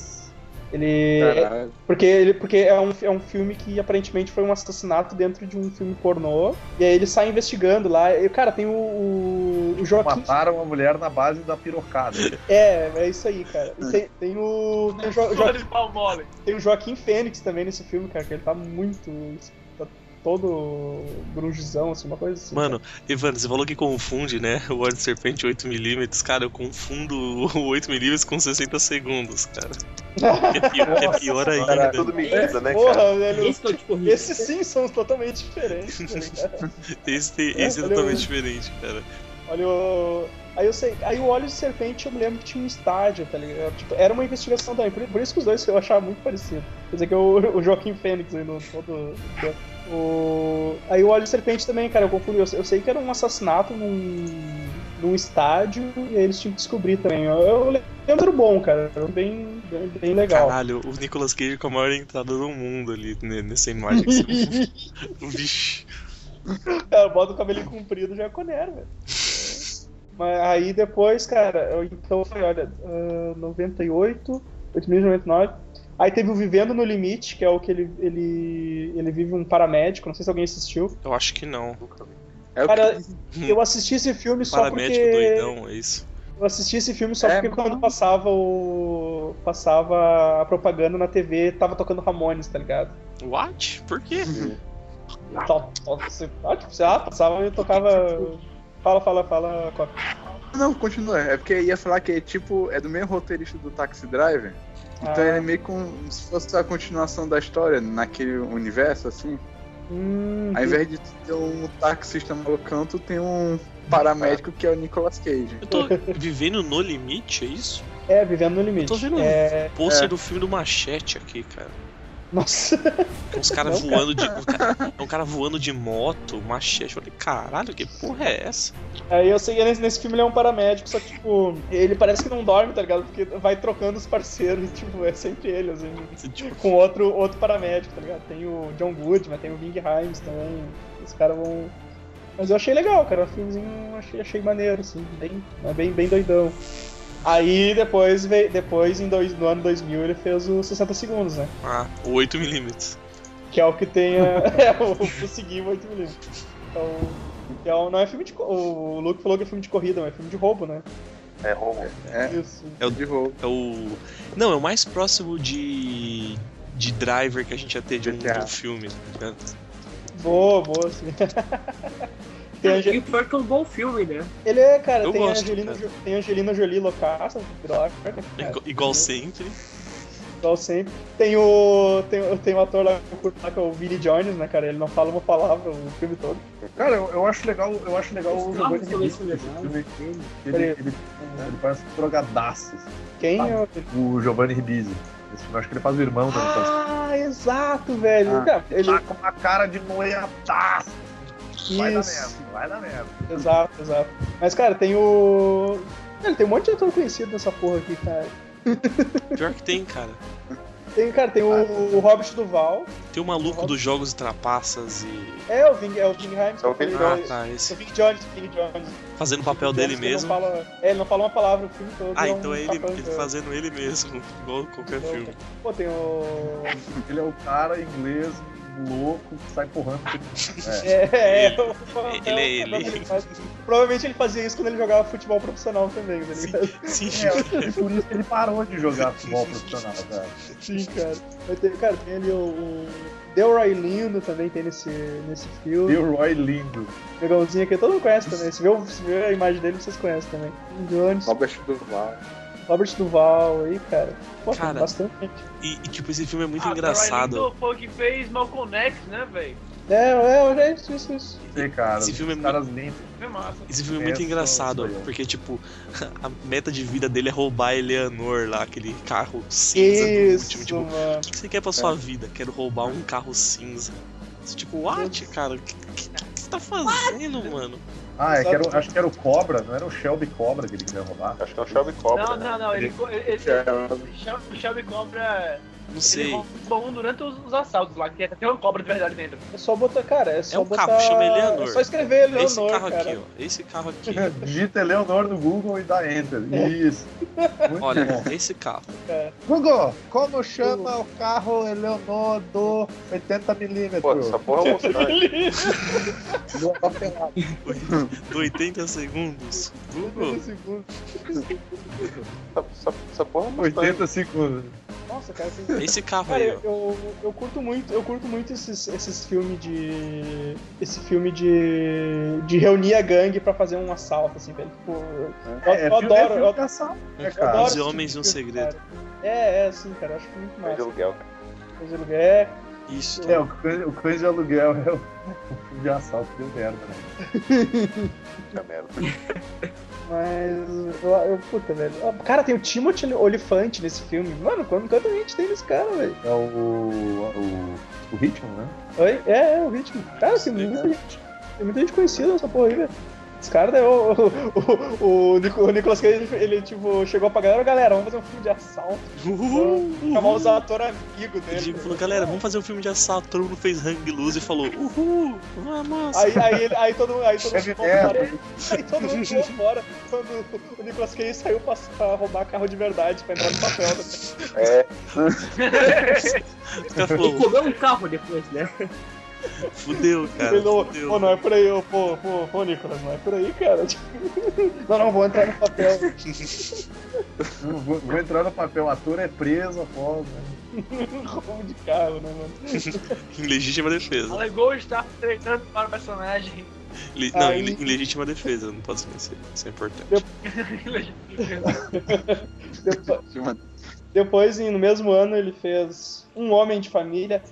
Porque é um filme que aparentemente foi um assassinato dentro de um filme pornô. E aí ele sai investigando lá. E, cara, tem o Joaquim... Mataram uma mulher na base da pirocada. É isso aí, cara. E tem o Joaquim Fênix também nesse filme, cara, que ele tá muito... todo grungezão, assim, uma coisa assim. Mano, Evandro, você falou que confunde, né? O Olho de Serpente 8mm. Cara, eu confundo o 8mm com 60 segundos, cara. Que é pior ainda. Cara, tudo medida, né, Porra, cara? velho. Esses sim são totalmente diferentes, tá ligado? Esse é totalmente diferente, cara. Olha o... Aí o Olhos de Serpente eu me lembro que tinha um estádio, tá ligado? Tipo, era uma investigação também, por isso que os dois eu achava muito parecido. Quer dizer que o Joaquim Fênix aí no todo... Aí o Olhos de Serpente também, cara, eu confundi. Eu sei que era um assassinato num estádio e aí eles tinham que descobrir também. Eu lembro bom, cara, era bem legal. Caralho, o Nicolas Cage com a maior entrada do mundo ali nessa imagem. Vixe. Cara, bota o cabelinho comprido já é Conner, velho. Mas aí depois, cara, então foi, olha, 98, 8.099. Aí teve o Vivendo no Limite, que é o que ele vive um paramédico, não sei se alguém assistiu. Eu acho que não. Cara, eu assisti esse filme só porque... Paramédico doidão, é isso? Eu assisti esse filme só porque quando passava a propaganda na TV, tava tocando Ramones, tá ligado? What? Por quê? Passava e tocava... Fala, Copa. Não, continua. É porque ia falar que tipo, é do mesmo roteirista do Taxi Driver. Então ele é meio como se fosse a continuação da história naquele universo, assim. Ao invés de ter um taxista malucão, tu tem um paramédico que é o Nicolas Cage. Eu tô vivendo no limite, é isso? É, Vivendo no Limite. Eu tô vendo o pôster do filme do Machete aqui, cara. Nossa. Uns caras voando de... um cara voando de moto, machete. Eu falei, caralho, que porra é essa? Aí eu sei que nesse filme ele é um paramédico, só que, tipo, ele parece que não dorme, tá ligado? Porque vai trocando os parceiros e, tipo, é sempre ele, assim, tipo... com outro paramédico, tá ligado? Tem o John Goodman, tem o Ving Rhames também. Os caras vão... Mas eu achei legal, cara. O filmezinho achei maneiro, assim, bem doidão. Aí depois no ano 2000 ele fez o 60 segundos, né? Ah, o 8mm. Que é o que tem o seguir o 8mm. Então, não é filme de... O Luke falou que é filme de corrida, mas é filme de roubo, né? É roubo. Isso. É o de roubo. Não, é o mais próximo de Driver que a gente ia ter de um filme, né? Boa, sim. E o pior que é um bom filme, né? Ele é, cara, Eu tem gosto, tem Angelina Jolie loucaça, igual sempre. Igual sempre. Tem o ator lá que é o Vinnie Jones, né, cara? Ele não fala uma palavra o filme todo. Cara, eu acho legal o Giovanni Ribisi. Ele parece um drogadaço. Quem é o Giovanni Ribisi? Eu acho que ele faz o irmão da Ah, exato, velho. Ele tá com uma cara de noiadaço. Vai dar merda. Exato. Mas, cara, tem o... Tem um monte de ator conhecido nessa porra aqui, cara. Pior que tem, cara. Tem o Robert Duval. Tem o maluco dos Jogos e Trapaças e... É o Ving Rhames. É o Ving Jones. Tá, esse. O Ving Jones. Fazendo o papel dele mesmo. Ele não fala uma palavra o filme todo. Então é ele fazendo ele mesmo, igual qualquer filme. Pô, tem o... Ele é o cara inglês louco que sai porrando. Ele é ele. Provavelmente ele fazia isso quando ele jogava futebol profissional também, tá ligado? Sim. E por isso que ele parou de jogar futebol profissional, cara. Sim, cara. Tem ali o Delroy Lindo também tem nesse filme. Delroy Lindo. Legalzinho aqui, todo mundo conhece também. Se vê a imagem dele, vocês conhecem também. Jones. Robert Duval aí, cara. Pô, cara, bastante gente. E tipo, esse filme é muito engraçado. O foi o que fez Malcolm X, né, velho? Isso. Sei, cara. Esse filme é caras lindos. É massa. Esse filme é muito engraçado, porque, tipo, a meta de vida dele é roubar a Eleanor lá, aquele carro cinza do último. Tipo, mano. o que você quer pra sua vida? Quero roubar um carro cinza. Tipo, what, cara? O que você tá fazendo, mano? Ah, acho que era o Cobra, não era o Shelby Cobra que ele queria roubar? Acho que é o Shelby Cobra. Não. O Shelby Cobra. Não sei. Ele roubou um durante os assaltos lá, que tem uma cobra de verdade dentro. É só botar, cara, É um carro que chama Eleanor. É só escrever Eleanor, Esse carro cara. aqui, ó. Esse carro aqui. Digita Eleanor no Google e dá Enter. Isso. Muito Olha, bom. esse carro. Google, como chama o carro Eleanor do 80mm? Pô, essa porra é um Mustang. Do 80 segundos. Google. Essa porra é um Mustang. 80 segundos. Nossa, cara, Esse carro cara, aí, ó. eu curto muito esses filmes de. Esse filme de reunir a gangue pra fazer um assalto, assim, velho. Tipo, eu adoro. Eu adoro Os Homens e um Segredo. Cara. Assim, cara, eu acho muito massa. De aluguel. Cães de aluguel. Isso. O Cães de Aluguel é o filme de assalto, deu merda, né? Deu merda. Mas, puta, velho. Cara, tem o Timothy Olyphant nesse filme. Mano, quanta gente tem nesse cara, velho? É o Ritmo, né? Oi? É o Ritmo. Cara, tem muita gente conhecida nessa porra aí, velho. Esse cara, o Nicolas Cage, ele, tipo, chegou pra galera, vamos fazer um filme de assalto. Chamar os atores amigos dele. Ele falou, galera, vamos fazer um filme de assalto. Todo mundo fez hang loose e falou, vamos. Aí todo mundo pulou fora quando o Nicolas Cage saiu pra roubar carro de verdade, pra entrar no papel. O cara falou, E comeu um carro depois, né? Fudeu, cara. Fudeu. Pô, não é por aí, pô, Nicolas, não é por aí, cara. Não, vou entrar no papel. Vou entrar no papel, ator é preso após, né? Roubo de carro, né, mano? Em legítima defesa. Alegou estar treinando para o personagem. Não, em legítima defesa, não posso esquecer. Isso é importante. Depois, no mesmo ano, ele fez Um Homem de Família.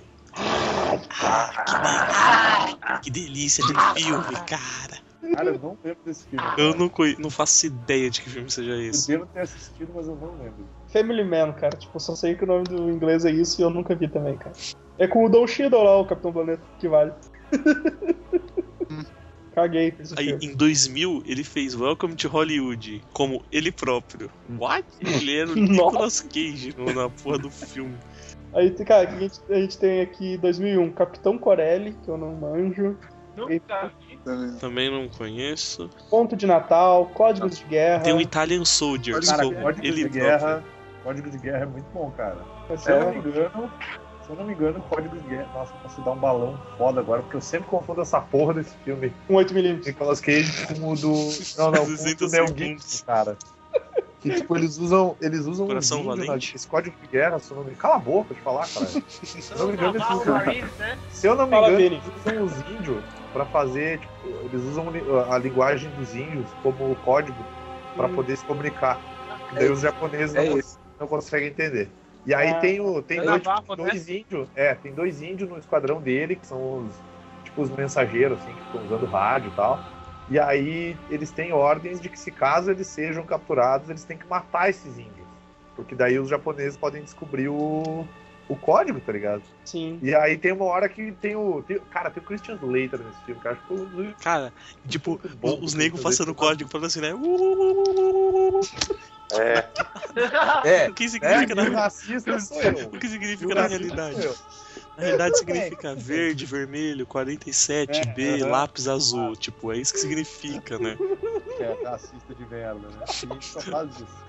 Que delícia de filme, cara. Cara, eu não lembro desse filme. Eu não faço ideia de que filme seja esse. Eu devo ter assistido, mas eu não lembro. Family Man, cara. Tipo, só sei que o nome do inglês é isso e eu nunca vi também, cara. É com o Don Cheadle lá, o Capitão Planeta, que vale. Caguei pra esse Aí, filme. em 2000, ele fez Welcome to Hollywood como ele próprio. What? Ele era o Nicolas Cage na porra do filme. Aí, cara, a gente tem aqui 2001, Capitão Corelli, que eu não manjo. Nunca vi. Também não conheço. Ponto de Natal, Códigos de Guerra. Tem o Italian Soldier. Cara, como Código ele de Guerra. Código de Guerra é muito bom, cara. Se eu não me engano, Código de Guerra. Nossa, posso dar um balão foda agora, porque eu sempre confundo essa porra desse filme. Com 8mm. Nicolas Cage com o do. Não, com o do Mel Gibson, cara. Que tipo, eles usam Coração um índio Valente. esse Código de Guerra, se eu não me... Cala a boca, deixa eu falar, cara. Se eu não me engano, eles usam... né? Se eu não me engano, eles usam os índios pra fazer, tipo, eles usam a linguagem dos índios como código pra poder se comunicar. E daí os japoneses não conseguem entender. E aí tem dois índios no esquadrão dele, que são os mensageiros, assim, que ficam usando rádio e tal. E aí eles têm ordens de que, se caso eles sejam capturados, eles têm que matar esses índios. Porque daí os japoneses podem descobrir o código, tá ligado? Sim. E aí tem uma hora que tem o Christian Slater nesse filme, cara. Cara, tipo, os negros passando o código falando assim, né? O que significa na racista sou eu. O que significa na realidade? Na realidade significa verde, vermelho, 47B, lápis azul. Tipo, é isso que significa, né? É, racista de merda, né? A gente só faz isso.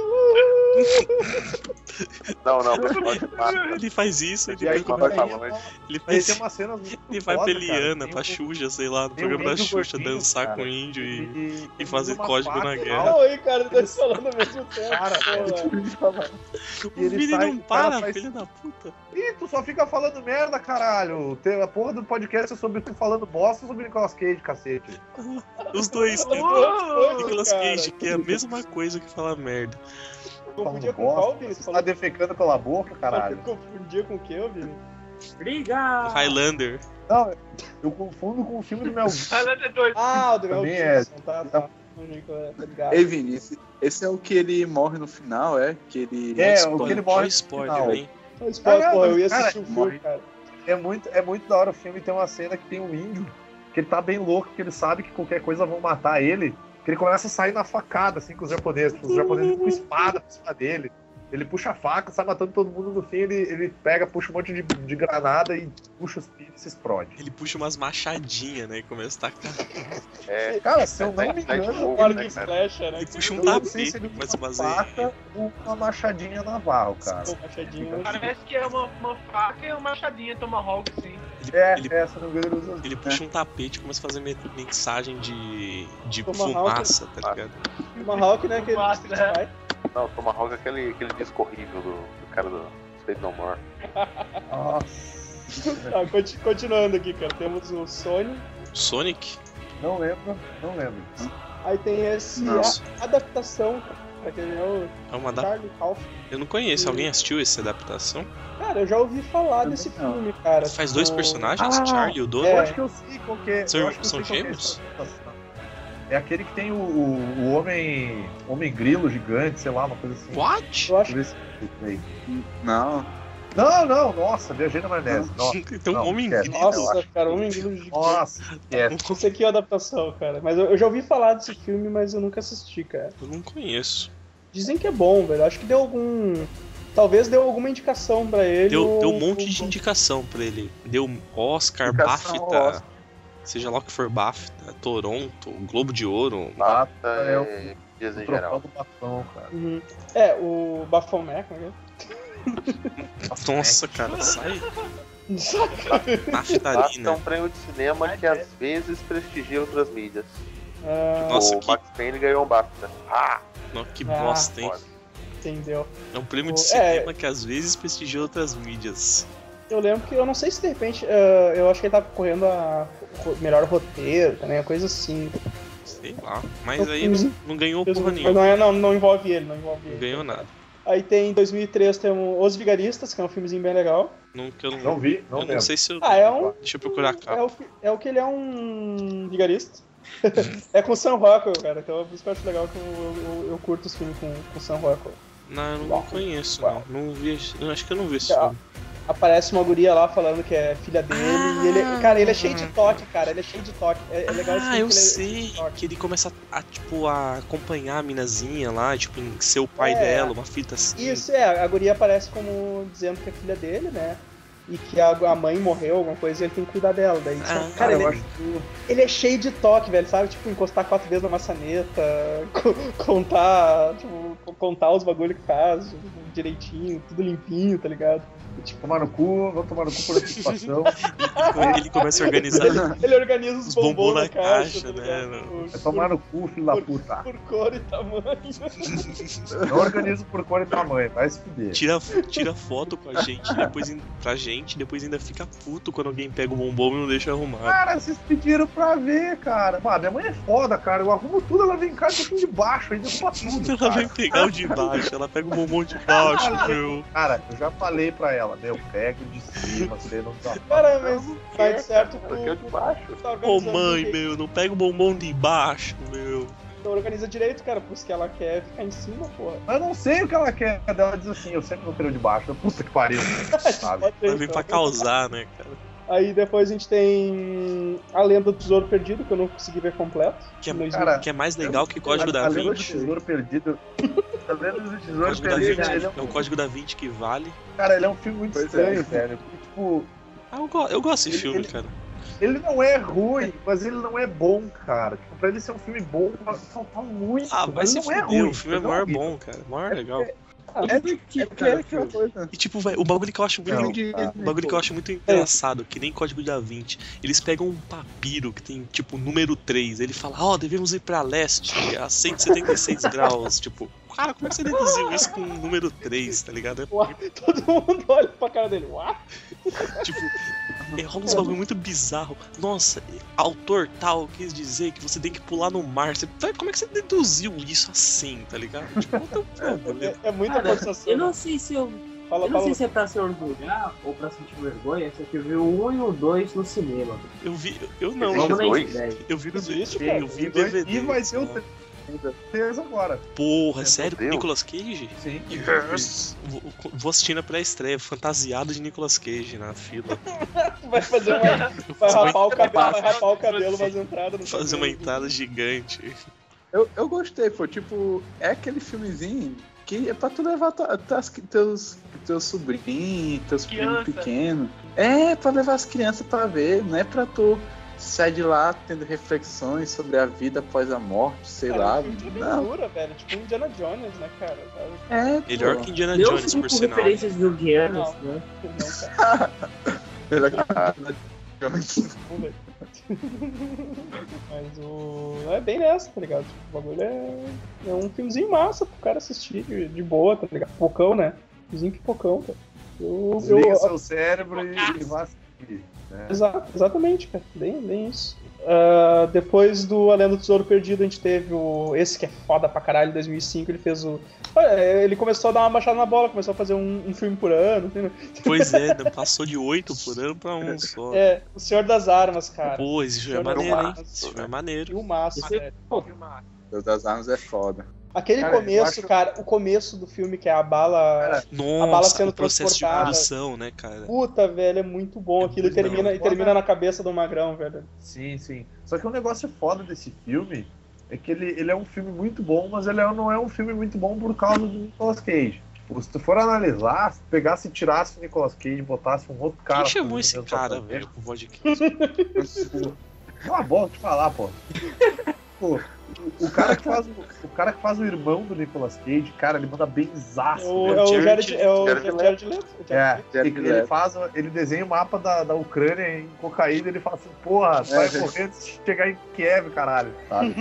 Não, ele faz isso, ele aí, faz uma cena ele vai pra Eliana, pra Xuxa, sei lá, no programa da Xuxa, dançar cara, com índio e fazer código na guerra. Não, aí, cara, ele tá falando ao mesmo tempo. Cara, o Vini não para, filho da puta. Ih, tu só fica falando merda, caralho. A porra do podcast é sobre tu falando bosta ou sobre Nicolas Cage, cacete. Os dois, Nicolas Cage, que é a mesma coisa que falar merda. Confundia com qual, Vini? Você tá defecando pela boca, caralho. Confundia com o que, Vini? Briga! Highlander. Não, eu confundo com o filme do Mel Gibson. Ah, o do Mel Também Gibson, é. tá. Ligado. Ei, Vini, esse é o que ele morre no final, é? Que ele. É, o que ele morre no spoiler, final. hein? Spoiler, porra, eu ia cara, assistir o filme, cara. É muito da hora o filme. Tem uma cena que tem um índio que ele tá bem louco, porque ele sabe que qualquer coisa vão matar ele, que ele começa a sair na facada, assim, com os japoneses com espada por cima dele. Ele puxa a faca, sai matando todo mundo. No fim, ele pega, puxa um monte de granada e puxa os pifes e se explode. Ele puxa umas machadinhas, né? E começa a tacar. Cara, se eu não me engano, Ele puxa um tapete, mas uma faca ou uma machadinha naval, cara. Parece que é uma faca e uma machadinha Tomahawk, sim. Ele puxa um tapete e começa a fazer mixagem de fumaça, tá ligado? Tomahawk, né? Não, o Tomahawk é aquele disco horrível do cara do Fate No More. Nossa. Continuando aqui, cara. Temos o Sonic? Não lembro. Aí tem esse adaptação, cara, que é uma Charlie Kaufman. Eu não conheço. Alguém assistiu essa adaptação? Cara, eu já ouvi falar desse filme, cara. Faz dois personagens, Charlie e o Dono? Eu acho que eu sei qual que é. São gêmeos? É aquele que tem o homem grilo gigante, sei lá, uma coisa assim. What? Eu acho que... Não, nossa, viajei na maionese. Tem um homem grilo. Nossa, cara, homem grilo gigante. Nossa, Isso aqui é a adaptação, cara. Mas eu já ouvi falar desse filme, mas eu nunca assisti, cara. Eu não conheço. Dizem que é bom, velho. Acho que deu algum... Talvez deu alguma indicação pra ele. Deu um monte de indicação pra ele. Deu Oscar, BAFTA, seja lá o que for BAFTA, Toronto, Globo de Ouro. BAFTA é dias em geral. Do Bafão, cara. O Bafão Mac, né? Nossa, cara, sai. BAFTA é um prêmio de cinema que às vezes prestigia outras mídias. Nossa, o Max Payne ganhou um BAFTA. Nossa, que bosta, hein? Entendeu? É um prêmio de cinema que às vezes prestigia outras mídias. Eu lembro que, eu não sei se de repente, eu acho que ele tava concorrendo a melhor roteiro também, uma coisa assim. Sei lá, mas aí não ganhou porra nenhuma. Não envolve ele, Não ganhou nada. Aí tem, em 2003, temos Os Vigaristas, que é um filmezinho bem legal. Não vi, não lembro. Não sei se eu... Deixa eu procurar a capa. É o que ele é um vigarista. É com o Sam Rockwell, cara, então por isso que eu acho legal que eu curto os filmes com o Sam Rockwell. Não, eu não conheço, não. Não vi, acho que eu não vi esse filme. Aparece uma guria lá falando que é filha dele e ele, cara, ele é cheio de toque, cara, ele é cheio de toque. É legal esse filme. Eu sei, que ele começa a acompanhar a minazinha lá, tipo, ser o pai dela, uma fita assim. Isso, a guria aparece como dizendo que é filha dele, né? E que a mãe morreu, alguma coisa, e ele tem que cuidar dela. Daí, cara, ele é cheio de toque, velho, sabe? Tipo, encostar 4 vezes na maçaneta, contar os bagulho que faz direitinho, tudo limpinho, tá ligado? Tipo, tomar no cu, vamos tomar no cu por antecipação. Ele começa a organizar. Ele organiza os bombons na caixa, né? É tomar no cu, filho da puta. Por cor e tamanho. Não organizo por cor e tamanho, vai se fuder. Tira foto com a gente, depois ainda fica puto quando alguém pega o bombom e não deixa arrumar. Cara, vocês pediram pra ver, cara. Mano, minha mãe é foda, cara. Eu arrumo tudo, ela vem em casa com o de baixo, aí derruba tudo. Ela vem pegar o de baixo, ela pega o bombom de baixo, meu. Cara, eu já falei pra ela, meu, pega de cima, você não tá. Cara, mas faz certo porque eu de baixo. Ô mãe, meu, não pega o bombom de baixo, meu. Então organiza direito, cara, porque que ela quer ficar em cima, porra. Eu não sei o que ela quer. Ela diz assim, eu sempre vou querer o de baixo. Puta que pariu. Sabe? Ela vem pra causar, né, cara? Aí depois a gente tem A Lenda do Tesouro Perdido, que eu não consegui ver completo. Que é mais legal que Código da Vinci. A Lenda do Tesouro Perdido. A Lenda do Tesouro Perdido é o Código da Vinci que vale. Cara, ele é um filme muito estranho, velho. Tipo... eu gosto desse filme, cara. Ele não é ruim, mas ele não é bom, cara. Tipo, pra ele ser um filme bom, falta muito. Mas não é ruim. O filme é maior bom, cara. Maior legal. E tipo, velho, o bagulho que eu acho muito engraçado, que nem Código da Vinci, eles pegam um papiro que tem, tipo, número 3, ele fala, devemos ir pra leste, a 176 graus, tipo, cara, como é que você deduziu isso com o número 3, tá ligado? Todo mundo olha pra cara dele, tipo, rola uns bagulho muito bizarro. Nossa, autor tal quis dizer que você tem que pular no mar. Como é que você deduziu isso assim, tá ligado? Tipo, é muita forçação. Eu não sei se eu Fala, Eu não sei se é pra se orgulhar ou pra sentir vergonha, só que eu vi o 1 e o 2 no cinema. Eu não. Vamos na dois? estreia. Eu vi no Existe, DVD. cara. Eu vi E dois- DVD. E vai ser o 3 agora. Porra, sério? Com Deus. Nicolas Cage? Sim. Vou assistir na pré-estreia, fantasiado de Nicolas Cage na fila. Vai fazer uma. Vai rapar o cabelo, mas entrada no Fazer uma cabelo. entrada gigante. Eu gostei, pô. Tipo, é aquele filmezinho que é pra tu levar teus sobrinhos, teus primos Criança. pequenos. É pra levar as crianças pra ver, não é pra tu sair de lá tendo reflexões sobre a vida após a morte, sei Cara, lá. é um filme de Não, aventura, velho. Tipo Indiana Jones, né, cara? é, Melhor pô. que Indiana Não Jones, filme por com sinal. referências junguianas, né? Não, cara. Melhor que Vamos ver. Mas o. É bem nessa, tá ligado? Tipo, o bagulho é um filmezinho massa pro cara assistir de boa, tá ligado? Pipocão, né? Filmezinho pipocão, cara. Desliga seu cérebro e vá assistir. Né? Exatamente, cara. Bem isso. Depois do Além do Tesouro Perdido, a gente teve esse que é foda pra caralho, em 2005, ele fez o... Ele começou a dar uma baixada na bola, começou a fazer um filme por ano, entendeu? Pois é, passou de 8 por ano pra 1 só. O Senhor das Armas, cara. Pô, esse filme é Senhor das maneiro, hein? Armas. Esse filme é maneiro. Filmaço, velho. Deus das Armas é foda. Aquele Cara, eu começo, acho- cara, o começo do filme, que é a bala... Nossa, sendo o processo de transportada. produção, né, cara? Puta, velho, é muito bom aquilo. E termina na cabeça do Magrão, velho. Sim. Só que o negócio foda desse filme é que ele é um filme muito bom, mas ele não é um filme muito bom por causa do Nicolas Cage. Tipo, se tu for analisar, se pegasse e tirasse o Nicolas Cage e botasse um outro cara... Quem chamou fazendo esse o mesmo cara, papel velho, pro podcast? dele, cala a boca de falar, pô. Pô, o cara que faz o irmão do Nicolas Cage, cara, ele manda benzaço. É o velho. Jared Leto. Ele desenha o mapa da Ucrânia em cocaína e ele fala assim, porra, vai correr antes de chegar em Kiev, caralho. Sabe?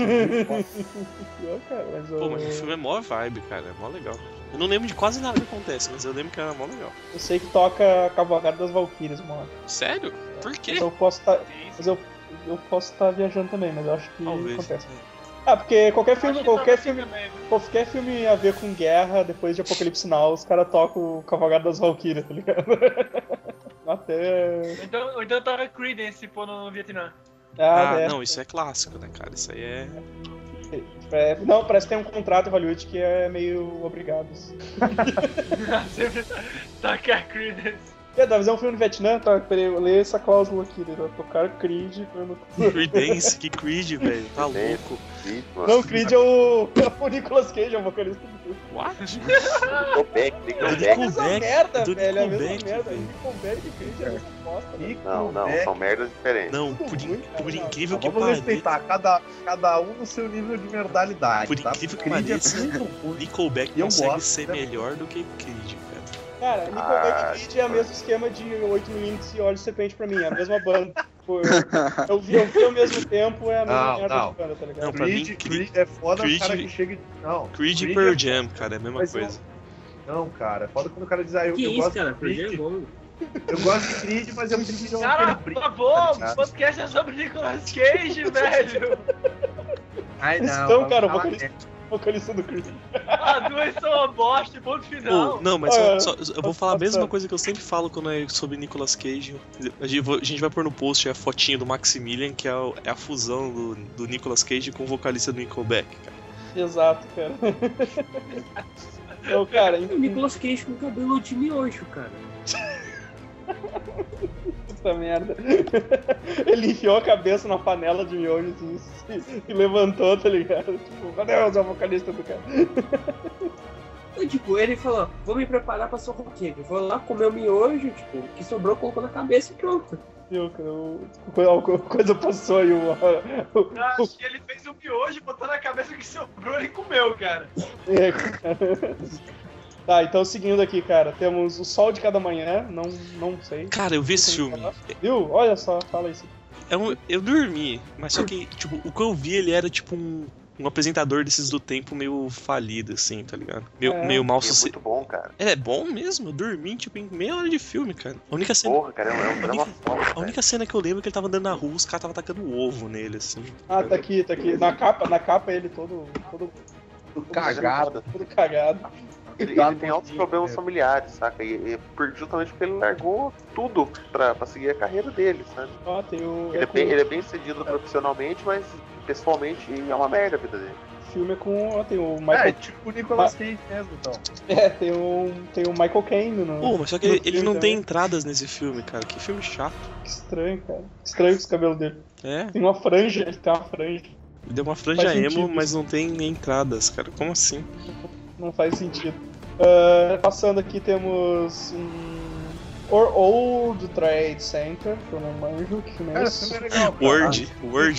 Pô, mas o filme é mó vibe, cara, é mó legal. Eu não lembro de quase nada que acontece, mas eu lembro que era mó legal. Eu sei que toca a Cavalgada das Valquírias, mano. Sério? Por quê? Mas eu posso estar... eu posso estar viajando também, mas eu acho que Talvez. acontece. Porque qualquer filme a ver com guerra, depois de Apocalipse Now, os caras tocam o Cavalgada das Valquírias, tá ligado? Até... Ou então toca Creedence se for no Vietnã. Não, isso é clássico, né, cara? Isso aí é... Não, parece que tem um contrato em Hollywood que é meio obrigado. Sempre toca Creedence. Deve fazer um filme no Vietnã? Tá, peraí, eu leio essa cláusula aqui, né? Tocar Creed. Creedence, que Creed, velho, tá louco. Não, Creed é o Nicolas Cage, é o vocalista do filme. What? Nickelback. É a mesma merda, do velho, é a mesma Nickelback, merda. velho. Nickelback e Creed é a mesma bosta, velho. Não, são merdas diferentes. Não, por incrível que Vamos pareça, respeitar cada um no seu nível de merdalidade, por tá? incrível que Creed é pareça, muito ruim. Nickelback E eu consegue gosto, ser né? melhor do que Creed, cara. Cara, Nickelback e Creed é o mesmo esquema de 8mm e Olhos de Serpente pra mim, é a mesma banda. Tipo, eu vi ao mesmo tempo, é a mesma merda Não. de banda, tá ligado? Não, pra mim, Creed é foda Creed- o cara que chega... Não, Creed e Creed Pearl é- Jam, cara, é a mesma Mas coisa. Não, cara, é foda quando o cara diz, eu Que isso, gosto cara? de Creed, Creed é bom. eu gosto de Creed, mas eu prefiro Cara, aquele por favor, tá o podcast é sobre Nicolas Cage, velho. Ai, Então, cara, vamos falar vocalista do Creed. As duas são uma bosta, ponto final. Pô, não, mas eu vou falar a mesma Nossa. coisa que eu sempre falo quando é sobre Nicolas Cage. A gente vai pôr no post a fotinha do Maximilian, que é a fusão do Nicolas Cage com o vocalista do Nickelback, cara. Exato, cara. Então, cara, O Nicolas Cage com cabelo de miojo, cara. puta merda. Ele enfiou a cabeça na panela de miojo assim, e levantou, tá ligado? Tipo, meu Deus, é o vocalista do cara. Então, tipo, ele falou, vou me preparar pra ser roqueiro. Vou lá comer o miojo, tipo, o que sobrou, colocou na cabeça e pronto. Viu, cara? Alguma coisa passou aí. Eu acho que ele fez um miojo, botou na cabeça que sobrou e comeu, cara. É, cara. Tá, então seguindo aqui, cara, temos O Sol de Cada Manhã, não sei. Cara, eu vi esse filme. Viu? Olha só, fala isso. Eu dormi, mas só que, tipo, o que eu vi, ele era tipo um apresentador desses do tempo meio falido, assim, tá ligado? Meio mal É sucedido. muito bom, cara. É bom mesmo, eu dormi, tipo, em meia hora de filme, cara. A única cena, Porra, cara, é um drama foda. a única cena que eu lembro é que ele tava andando na rua, os caras tava tacando ovo nele, assim. Ah, tá aqui. Na capa ele todo cagado. cagado. Ele tem altos problemas familiares, saca? Justamente porque ele largou tudo pra seguir a carreira dele, sabe? Ele é bem sucedido profissionalmente, mas pessoalmente é uma merda a vida dele. O filme é com. Tem o Michael. Tipo o Nicolas Cage mesmo, então. Tem o Michael Caine no. Pô, mas só que ele não tem entradas nesse filme, cara. Que filme chato. Que estranho, cara. Estranho com os cabelos dele. É? Tem uma franja, ele tem uma franja. Ele deu uma franja emo, mas não tem entradas, cara. Como assim? Não faz sentido. Passando aqui temos Old Trade Center, que eu não manjo, que filme é esse? É legal, Word.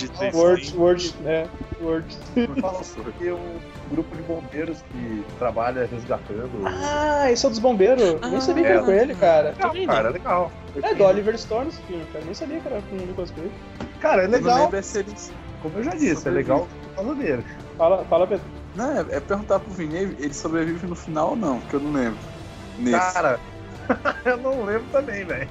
Fala sobre um grupo de bombeiros que trabalha resgatando. Ah, esse é o dos bombeiros? Nem sabia que era com ele, cara. Cara, é legal. É do Oliver Stone esse filme, cara. Nem sabia que era com o Nicolas Cage. Cara, é legal. Eles... Como eu já disse, é legal por causa dele. Fala, Pedro. Não, é perguntar pro Vini, ele sobrevive no final ou não, que eu não lembro. Cara, eu não lembro também, velho.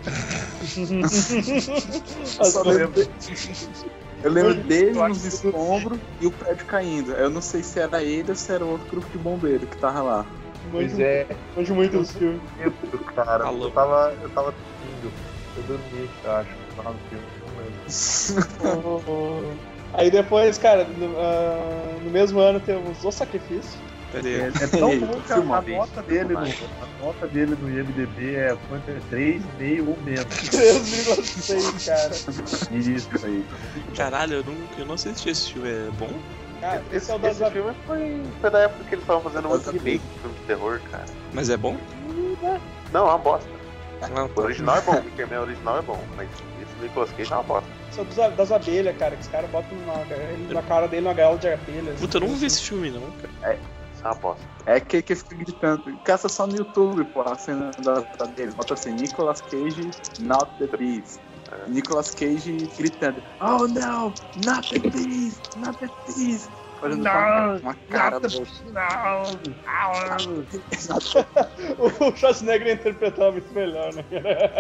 Eu lembro dele nos escombros e o prédio caindo. Eu não sei se era ele ou se era outro grupo de bombeiro que tava lá. Manjo muito os filmes. Cara, eu tava dormindo. Eu dormi, eu acho, no final do filme, não lembro. Aí depois, cara, no mesmo ano temos O Sacrifício. É tão bom que a nota dele no IMDB é 3,5 ou menos. 3,6, cara. Isso aí. Caralho, eu não assisti esse filme, é bom? Cara, esse filme foi da época que eles estavam fazendo um remake de filme de terror, cara. Mas é bom? Não, é uma bosta. Ah, o original é bom, o Wickerman original é bom, mas esse Nicolas Cage é uma bosta. São das abelhas, cara, que os caras botam na cara dele uma gaiola de abelhas. Puta, eu não vi esse filme não, cara. Isso é uma bosta. É que fica gritando. Caça só no YouTube, pô, a cena dele. Bota assim, Nicolas Cage, not the beast. Nicolas Cage gritando, oh não, not the beast, not the beast. Fazendo uma cara boa. O Schwarzenegger interpretava muito melhor, né,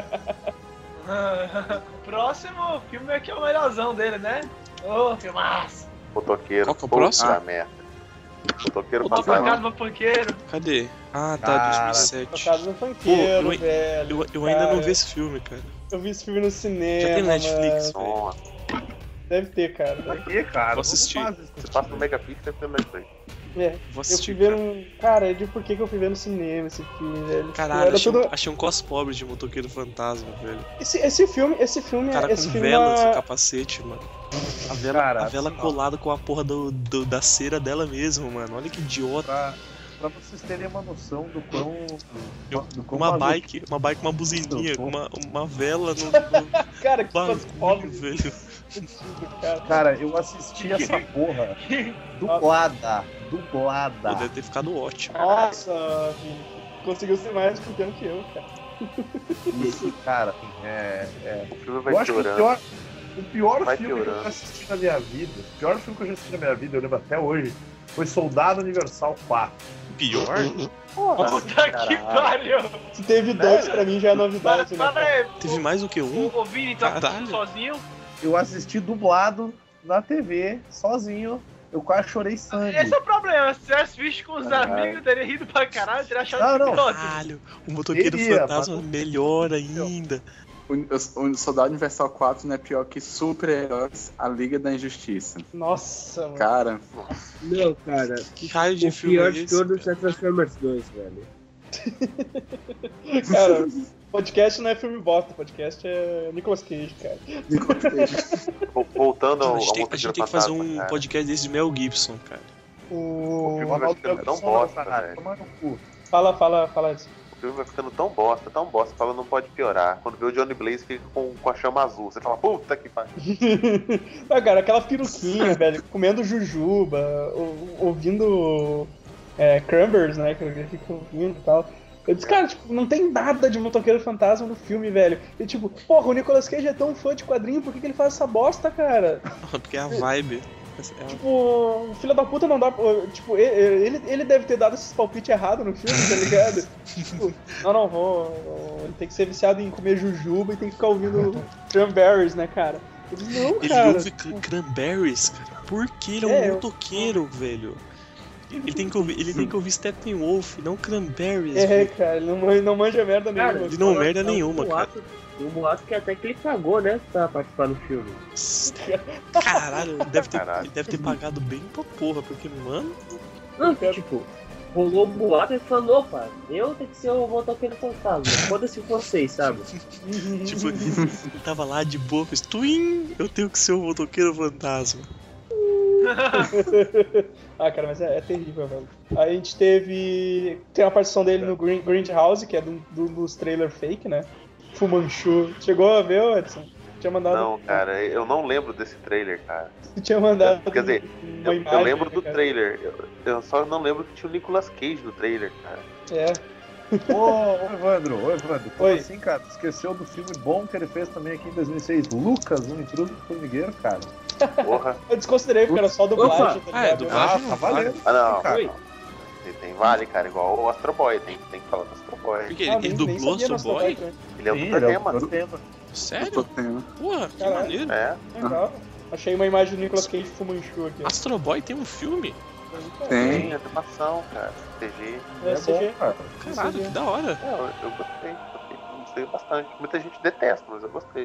cara? Próximo filme é que é o melhorzão dele, né? Ô, filmaço! Motoqueiro. Qual que é o próximo? Da merda. Motoqueiro Tocado no Panqueiro. Cadê? Ah, tá, 2007. Tocado no Panqueiro, velho. Eu ainda não vi esse filme, cara. Eu vi esse filme no cinema. Já tem Netflix, velho. Deve ter, cara. Pra quê, cara? Vou assistir. Você passa no Megapixel e tem no Netflix. Vou assistir, eu fui ver Cara, por que eu fui ver no cinema esse filme, velho? Caralho, achei um cos pobre de Motoqueiro Fantasma, velho. Esse filme o cara com vela no capacete, mano. A vela colada com a porra da cera dela mesmo, mano. Olha que idiota. Pra vocês terem uma noção do quão... Uma bike com uma buzininha, com uma vela no cara, que bagulho, velho. Cara, eu assisti essa porra dublada. Pô, deve ter ficado ótimo. Nossa, conseguiu ser mais campeão que eu, cara. E, cara, o filme vai piorando. O pior filme que eu já assisti na minha vida, eu lembro até hoje, foi Soldado Universal 4. Pior? Puta que pariu! Se teve dois, pra mim já é novidade. Teve mais do que um? O Vini tá assistindo sozinho? Eu assisti dublado na TV, sozinho. Eu quase chorei sangue. Esse é o problema. Se tivesse visto com os amigos, teria rido pra caralho, teria achado que caralho, o Motoqueiro Fantasma melhor ainda. O Soldado Universal 4 não é pior que Super-Heróis, a Liga da Injustiça. Nossa, mano. Cara. Não, cara. Que raio de filme é esse? O pior de todos é Transformers 2, velho. Cara, podcast não é filme bosta, podcast é Nicolas Cage, cara. Nicolas Cage. Voltando ao A gente tem que fazer um podcast desse de Mel Gibson, cara. O filme vai ficando tão bosta, velho. Fala isso. O filme vai ficando tão bosta, fala não pode piorar. Quando vê o Johnny Blaze fica com a chama azul, você fala, puta que pariu. Ah, cara, aquela peruquinha, velho, comendo jujuba, ouvindo Crumbers, né, que ele fica ouvindo e tal. Eu disse, cara, tipo, não tem nada de Motoqueiro Fantasma no filme, velho. E tipo, porra, o Nicolas Cage é tão fã de quadrinho, por que ele faz essa bosta, cara? Porque é a vibe. Tipo, o filho da puta não dá. Tipo, ele deve ter dado esses palpites errados no filme, tá ligado? Tipo, não vou. Ele tem que ser viciado em comer jujuba e tem que ficar ouvindo Cranberries, né, cara? Não, cara. Ele ouve Cranberries, cara. Por que ele é um motoqueiro, velho? Ele tem que ouvir Steppenwolf, não Cranberries. Cara, ele não manja merda nenhuma. Ele não merda nenhuma, cara. O boato que até que ele pagou, né, pra participar do filme. Caralho, ele deve ter pagado bem pra porra, porque, mano... Não, tipo, rolou um boato e falou, opa, eu tenho que ser o motoqueiro fantasma, foda-se vocês, sabe? Tipo, ele tava lá de boa, fez twin, eu tenho que ser o motoqueiro fantasma. Cara, mas é terrível, velho. Aí a gente tem uma participação dele no Grindhouse, que é dos trailer fake, né? Fu Manchu. Chegou a ver, Edson? Tinha mandado... Não, cara, eu não lembro desse trailer, cara. Você tinha mandado... Quer dizer, eu lembro do trailer. Eu só não lembro que tinha o Nicolas Cage no trailer, cara. Ô, Evandro, como assim, cara? Esqueceu do filme bom que ele fez também aqui em 2006? Lucas, um intruso do formigueiro, cara. Porra. Eu desconsiderei porque era só dublagem. Dublagem tá valendo. Não, cara. Tem vale, cara, igual o Astro Boy, tem que falar do Astro Boy. Porque ele dublou Astro Boy? Ele é o tema. Sério? Porra, que maneiro. Legal. Achei uma imagem do Nicolas Cage Fu Manchu aqui. Astro Boy tem um filme? Tem animação, cara. CG. CG. Cara. Caralho, que da hora. Eu gostei bastante. Muita gente detesta, mas eu gostei.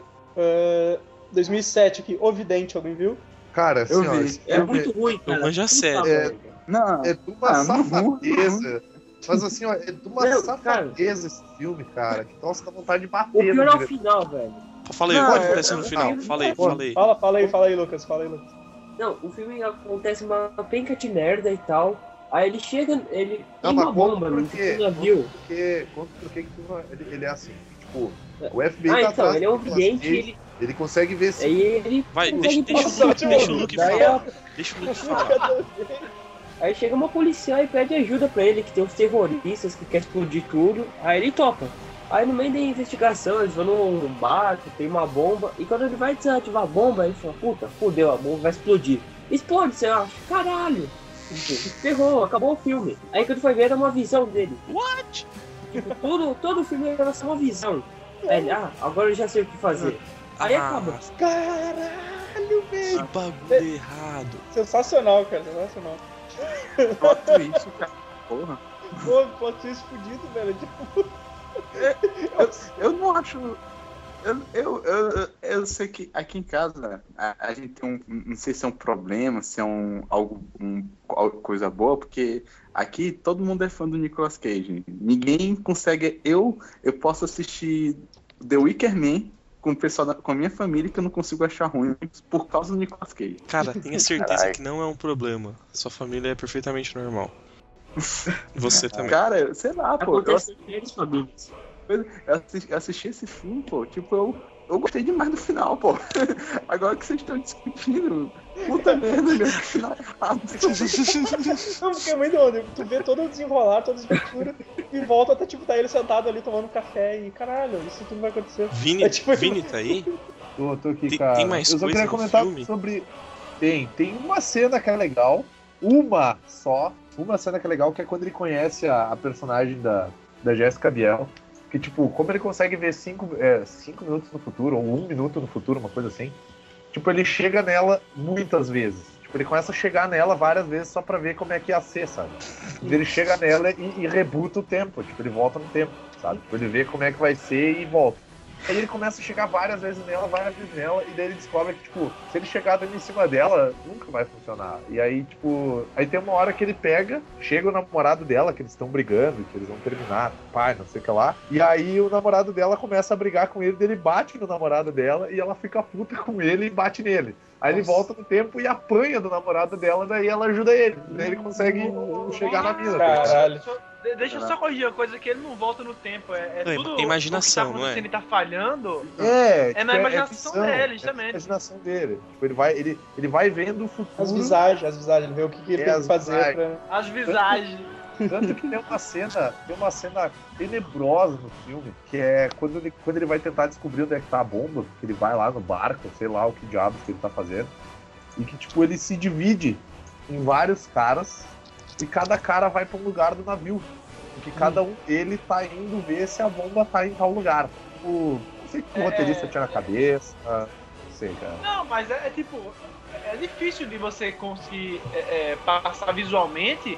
2007 aqui, O Vidente, alguém viu? Cara, assim, eu vi. É muito ruim, cara. Mas já sério. É de uma safadeza. Mas assim, é de uma safadeza esse filme, cara. Que nossa, dá vontade de bater. O pior é o final, velho. Fala aí, o que acontece no final? Fala aí. Fala aí, Lucas. Não, o filme acontece uma penca de merda e tal. Aí ele chega, ele tem uma bomba no navio. Por que ele é assim? Tipo, o FBI tá então, atrás. Ele é um vidente, ele consegue ver se... Aí ele vai, deixa o Luke falar. Deixa o Luke falar. Aí chega uma policial e pede ajuda pra ele, que tem uns terroristas que querem explodir tudo. Aí ele topa. Aí no meio da investigação, eles vão num barco, tem uma bomba. E quando ele vai desativar a bomba, ele fala, puta, fudeu, a bomba vai explodir. Explode, você acha? Caralho! Ferrou, acabou o filme. Aí quando foi ver, era uma visão dele. What? Tipo, todo o filme era só uma visão. Aí ele, agora eu já sei o que fazer. Aí acaba. Caralho, velho! Que bagulho errado. Sensacional, cara, sensacional. Plot isso, cara. Porra. Pô, plot twist fudido, velho. Tipo... Eu não acho... Eu sei que aqui em casa a gente tem não sei se é um problema, se é coisa boa, porque aqui todo mundo é fã do Nicolas Cage. Ninguém consegue... Eu posso assistir The Wicker Man com o pessoal com a minha família que eu não consigo achar ruim por causa do Nicolas Cage. Cara, tenha certeza que não é um problema. Sua família é perfeitamente normal. Você também. Cara, sei lá, pô. Acontece com eles, famílias. Eu assisti esse filme, pô, tipo, eu gostei demais do final, pô. Agora que vocês estão discutindo, puta merda, meu, que final errado. Não, porque é muito doido. Tu vê todo o desenrolar, toda a estrutura, e volta até, tipo, tá ele sentado ali tomando café e, caralho, isso tudo vai acontecer. Vini tá aí? Tô aqui, cara. Tem mais eu só coisa queria comentar filme? sobre... Tem uma cena que é legal, uma cena que é legal, que é quando ele conhece a personagem da Jessica Biel. Que, tipo, como ele consegue ver 5 minutos no futuro, ou 1 minuto no futuro, uma coisa assim, tipo, ele chega nela muitas vezes. Tipo, ele começa a chegar nela várias vezes só pra ver como é que ia ser, sabe? Ele chega nela e rebuta o tempo, tipo, ele volta no tempo, sabe? Tipo, ele vê como é que vai ser e volta. Aí ele começa a chegar várias vezes nela, e daí ele descobre que, tipo, se ele chegar dando em cima dela, nunca vai funcionar. E aí, tipo, aí tem uma hora que ele chega o namorado dela, que eles estão brigando, que eles vão terminar, pai, não sei o que lá. E aí o namorado dela começa a brigar com ele, ele bate no namorado dela, e ela fica puta com ele e bate nele. Aí ele volta no tempo e apanha do namorado dela, daí ela ajuda ele. Daí ele consegue chegar na mina. Caralho. Deixa eu só corrigir uma coisa, que ele não volta no tempo, tudo imaginação, o que tá acontecendo, ele tá falhando. É na imaginação dele, justamente. É a imaginação dele. Tipo, ele vai vendo o futuro. As visagens, ele vê o que ele tem que fazer pra... As visagens. Tanto que tem uma cena tenebrosa no filme, que é quando ele vai tentar descobrir onde é que tá a bomba, que ele vai lá no barco, sei lá o que diabos que ele tá fazendo, e que, tipo, ele se divide em vários caras, e cada cara vai pra um lugar do navio. Porque cada um ele tá indo ver se a bomba tá em tal lugar. Tipo, não sei o que o roteirista tinha na cabeça. Não sei, cara. Não, mas é tipo... É difícil de você conseguir passar visualmente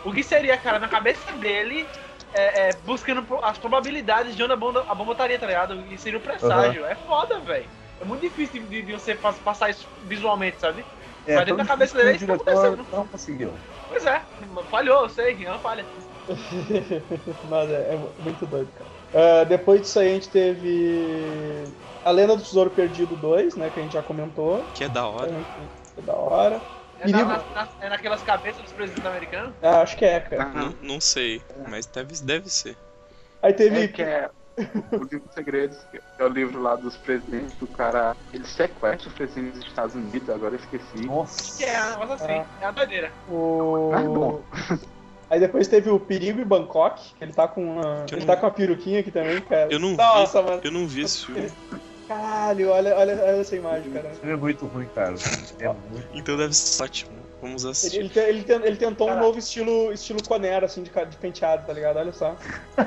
O que seria, cara, na cabeça dele, buscando as probabilidades de onde a bomba estaria, tá ligado? E seria o presságio. É foda, velho. É muito difícil de você passar isso visualmente, sabe? Mas dentro da cabeça dele, isso tá acontecendo. Não conseguiu. Pois é, falhou, eu sei, é uma falha. Mas é muito doido, cara. Depois disso aí a gente teve A Lenda do Tesouro Perdido 2, né, que a gente já comentou. Que é da hora. É da hora. É naquelas cabeças dos presidentes americanos? Acho que é, cara. Não sei, mas deve ser. Aí teve... que é o Livro dos Segredos, que é o livro lá dos presidentes, do cara... Ele sequestra os presidentes dos Estados Unidos, agora eu esqueci. Nossa! Que é um negócio assim, é uma doideira. Bom. Aí depois teve o Perigo em Bangkok, que ele tá com uma peruquinha aqui também, cara. Eu não Nossa, vi, mano. eu não vi esse filme. Caralho, olha essa imagem, cara. É muito ruim, cara. É muito... Então deve ser ótimo. Vamos assistir. Ele tentou um novo estilo Conner, assim, de penteado, tá ligado? Olha só.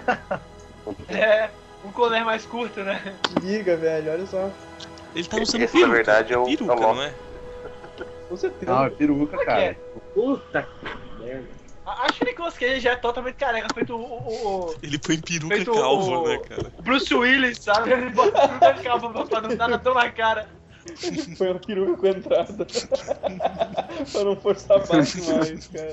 Um Conner mais curto, né? Liga, velho, olha só. Ele tá usando Esse, peruca, na verdade, é o peruca, não é? Com certeza. Não, é peruca, cara. Puta que merda. Acho que o Nicolas Cage já é totalmente careca, feito Ele põe peruca calva, né, cara? O Bruce Willis, sabe? Ele bota peruca calva pra não dar nada tão na cara. Põe uma peruca com entrada. Pra não forçar baixo mais, cara.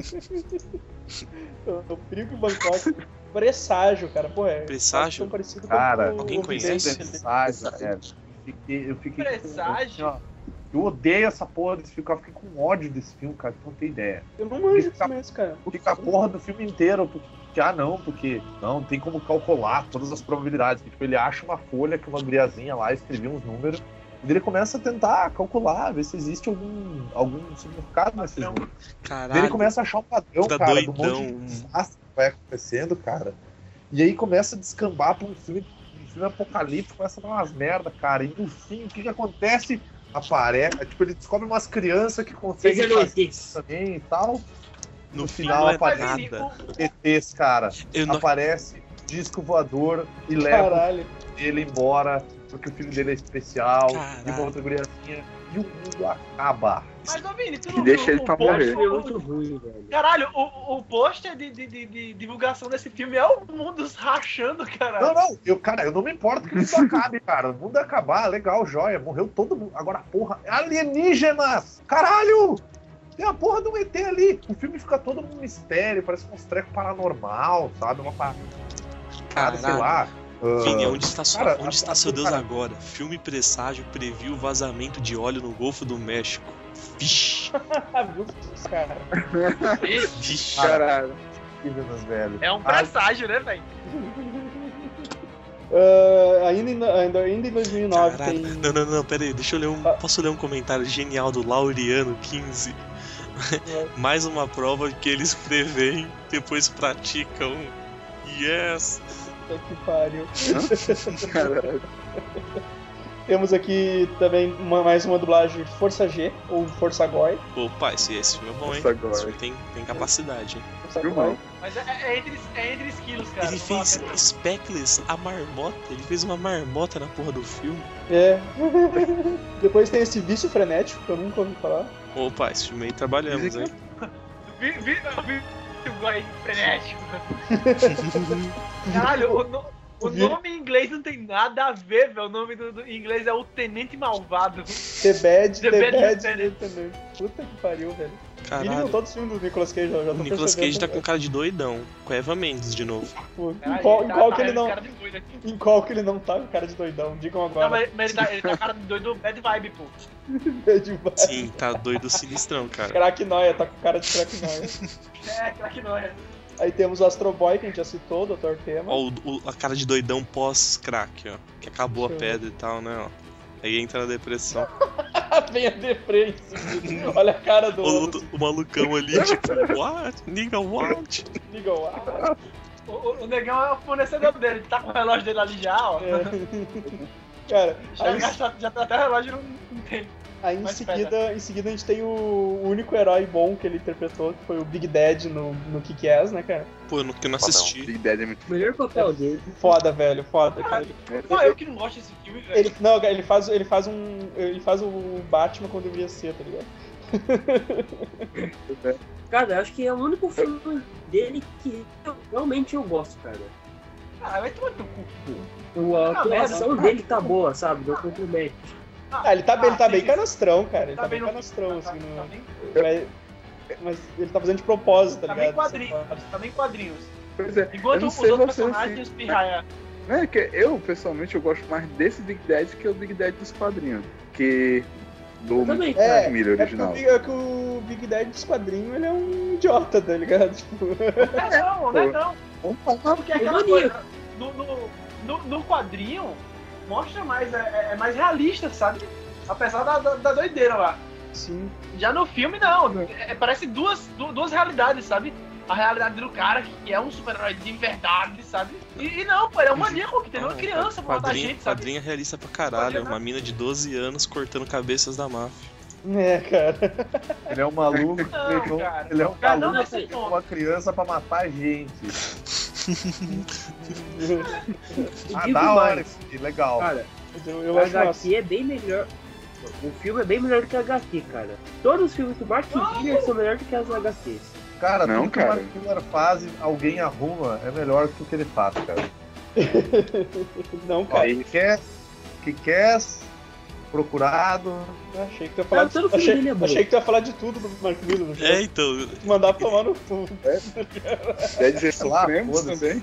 O Perigo em Bangkok. Presságio, cara. Pô, Presságio? Tão parecido Cara, com alguém conhece? Presságio, velho. Eu fiquei Presságio? Eu odeio essa porra desse filme, eu fiquei com ódio desse filme, cara, tu não tem ideia. Eu não manjo desse filme, cara. Fica a porra do filme inteiro, porque não tem como calcular todas as probabilidades. Tipo, ele acha uma folha que uma guriazinha lá escreveu uns números, e ele começa a tentar calcular, ver se existe algum significado nesses números. Caralho. E ele começa a achar um padrão, Tá cara, doidão. do monte de desastre que vai acontecendo, cara. E aí começa a descambar pra um filme apocalíptico, começa a dar umas merda, cara. E no fim, o que acontece? Tipo, ele descobre umas crianças que conseguem fazer isso também e tal. No final aparece ETs, cara. Aparece disco voador e leva ele embora, porque o filho dele é especial. E uma outra guriazinha. E o mundo acaba. Mas, ô Vini, tu não deixa ele pra morrer. É muito ruim, velho. Caralho, o pôster de divulgação desse filme é o mundo rachando, caralho. Não, eu não me importo que isso acabe, cara. O mundo acabar, legal, joia, morreu todo mundo. Agora, porra, alienígenas! Caralho! Tem a porra do ET ali. O filme fica todo um mistério, parece um treco paranormal, sabe? Uma parada, sei lá. Vini, onde está seu Deus agora? Filme Presságio previu vazamento de óleo no Golfo do México. Vixe. Cara. Vixe. Caralho. É um presságio, né, velho? Ainda em 2009 Caralho. tem... Não, pera aí, deixa eu ler posso ler um comentário genial do Laureano 15? Mais uma prova que eles preveem, depois praticam. Yes! Que pariu. Caralho. Temos aqui também mais uma dublagem de Força G, ou Força Goi. Opa, esse filme é bom, hein? Esse filme tem capacidade, hein? Mas é entre esquilos, cara. Ele fez Speckless, a marmota. Ele fez uma marmota na porra do filme. Depois tem esse Vício Frenético, que eu nunca ouvi falar. Opa, esse filme aí trabalhamos, hein? O Goi frenético. Caralho, o nome em inglês não tem nada a ver, velho. O nome do em inglês é O Tenente Malvado. The Bad também. Puta que pariu, velho. Caralho. Ele não todos os filmes do Nicolas Cage, já tô O Nicolas Cage tá com cara de doidão. Com Eva Mendes de novo. Pô, em qual que ele não... Em qual que ele não tá com cara de doidão? Digam agora. Não, mas ele tá com cara de doido bad vibe, pô. Bad vibe. Sim, tá doido sinistrão, cara. Cracknoia, tá com cara de Cracknoia. Cracknoia. Aí temos o Astro Boy, que a gente já citou, o Dr. Tema. Ó, a cara de doidão pós-crack, ó. Que acabou a pedra e tal, né, ó. Aí entra na depressão. Vem a depressão. Olha a cara do... O malucão ali, tipo, what? Nigga, what? Nigga, what? O negão é o fornecedor dele, ele tá com o relógio dele ali já, ó. Cara, já tá até o relógio não tem. Aí em seguida a gente tem o único herói bom que ele interpretou, que foi o Big Dad no Kick-Ass, né, cara? Pô, eu não assisti. Big Dad é muito O melhor papel dele. Foda, velho, foda. Não, eu que não gosto desse filme, velho. Ele faz o Batman quando deveria ser, tá ligado? Cara, eu acho que é o único filme dele que realmente eu gosto, cara. Ah, vai tomar teu cu. A atuação dele tá boa, sabe? Não compromete. Ele tá bem canastrão, cara. Ele tá bem canastrão, assim. Mas ele tá fazendo de propósito, tá ligado? Tá bem quadrinhos. Pois é. Enquanto os outros personagens pirraia. É que eu, pessoalmente, eu gosto mais desse Big Dad que o Big Dad dos quadrinhos. Que do Mark Miller original. É que o Big Dad dos quadrinhos, ele é um idiota, tá ligado? Tipo... Não é não. Porque aquela coisa, no quadrinho, mostra mais, é mais realista, sabe? Apesar da doideira lá. Sim. Já no filme, não. Parece duas realidades, sabe? A realidade do cara, que é um super-herói de verdade, sabe? E não, pô, ele é um maníaco que tem uma criança pra matar gente, sabe? Quadrinho é realista pra caralho. Uma mina de 12 anos cortando cabeças da máfia. Cara. Ele é um maluco. Ele é um maluco que tem uma criança pra matar gente. Da hora, legal. Cara, o HQ é bem melhor. O filme é bem melhor do que a HQ, cara. Todos os filmes do Mark Miller são melhores do que as HQs. Cara, tudo que o Mark Miller faz e alguém arruma é melhor que o que ele faz, cara. Não, cara. Ele quer procurado. Achei que tu ia falar achei que tu ia falar de tudo do Mark Miller. Então. Mandar tomar no cu. Deve ser lá, foda-se.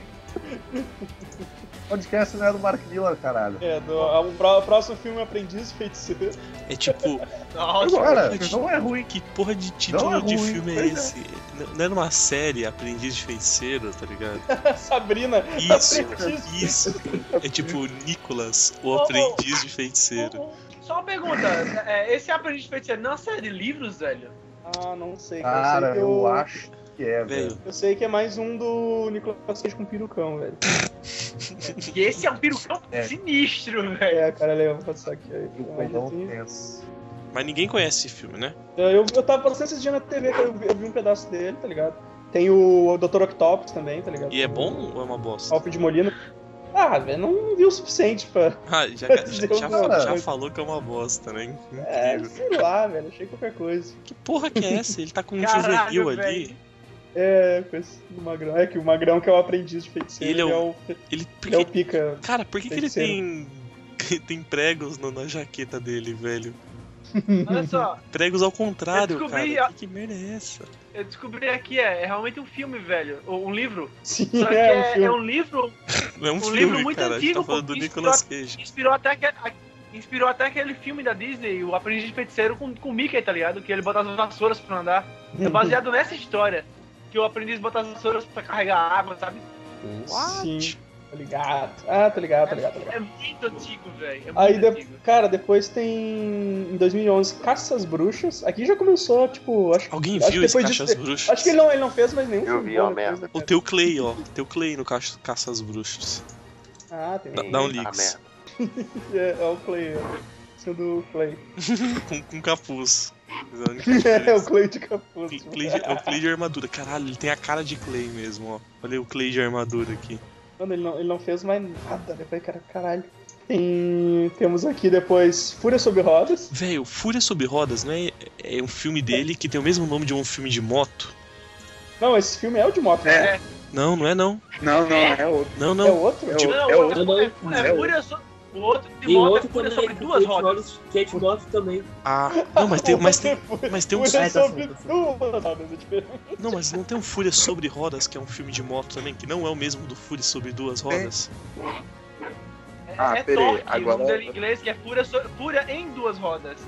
O podcast não é do Mark Miller, caralho. O próximo filme é Aprendiz de Feiticeiro. É tipo... Nossa, cara, não é ruim. Que porra de título de filme é esse? Não é numa série, Aprendiz de Feiticeiro, tá ligado? Sabrina. Isso. É tipo Nicolas, o Aprendiz de Feiticeiro. Só uma pergunta, esse Aprendiz de Feiticeiro não é uma série de livros, velho? Não sei. Cara, eu acho que é, velho. Eu sei que é mais um do Nicolas Cage com perucão, velho. E esse é um perucão sinistro, velho. Cara, eu vou passar aqui. Mas ninguém conhece esse filme, né? Eu tava passando esses dias na TV, que eu vi um pedaço dele, tá ligado? Tem o Dr. Octopus também, tá ligado? E é bom ou é uma bosta? Alfred Molina. Velho, não vi o suficiente pra... já falou que é uma bosta, né? Sei lá, velho, achei qualquer coisa. Que porra que é essa? Ele tá com um juvenil ali. Com esse do Magrão. É que o Magrão que é o aprendiz de feiticeiro, ele é o pica. Cara, por que ele tem pregos na jaqueta dele, velho? Olha só. Pregos ao contrário, cara. Que merda é essa? Eu descobri aqui, é realmente um filme, velho. Um livro. Sim, só que é um livro. É um filme, livro muito cara, antigo. Tá falando do Nicolas Cage. Inspirou até aquele filme da Disney, o Aprendiz de Feiticeiro com o Mickey, tá ligado? Que ele bota as vassouras pra andar. É baseado nessa história. Que o aprendiz bota as vassouras pra carregar água, sabe? Sim. Tô ligado. Tô ligado. É muito antigo, velho. Cara, depois tem em 2011 Caça às Bruxas. Aqui já começou, tipo, Alguém viu esse Caça às Bruxas? Acho que ele não fez mais nenhum. Eu vi, ó, merda. O teu Clay, ó. Teu Clay no Caça às Bruxas. Tem. Dá um leaks. É o Clay, sendo o Clay. com capuz. O Clay de capuz. É o Clay de armadura. Caralho, ele tem a cara de Clay mesmo, ó. Olha o Clay de armadura aqui. Mano, ele não fez mais nada, depois, caralho. Temos aqui depois Fúria Sob Rodas. Velho, Fúria Sob Rodas, não é um filme dele que tem o mesmo nome de um filme de moto? Não, esse filme é o de moto, né? Não é não. Não, é outro. Não. É outro? É Fúria o outro de moto é Fúria sobre duas rodas. Kate Moss também. Não, mas tem um Fúria sobre duas rodas, é diferente. Não, mas não tem um Fúria sobre Rodas, que é um filme de moto também, que não é o mesmo do Fúria sobre duas rodas? Torque, agora... o nome dele em inglês, que é Fúria em duas rodas.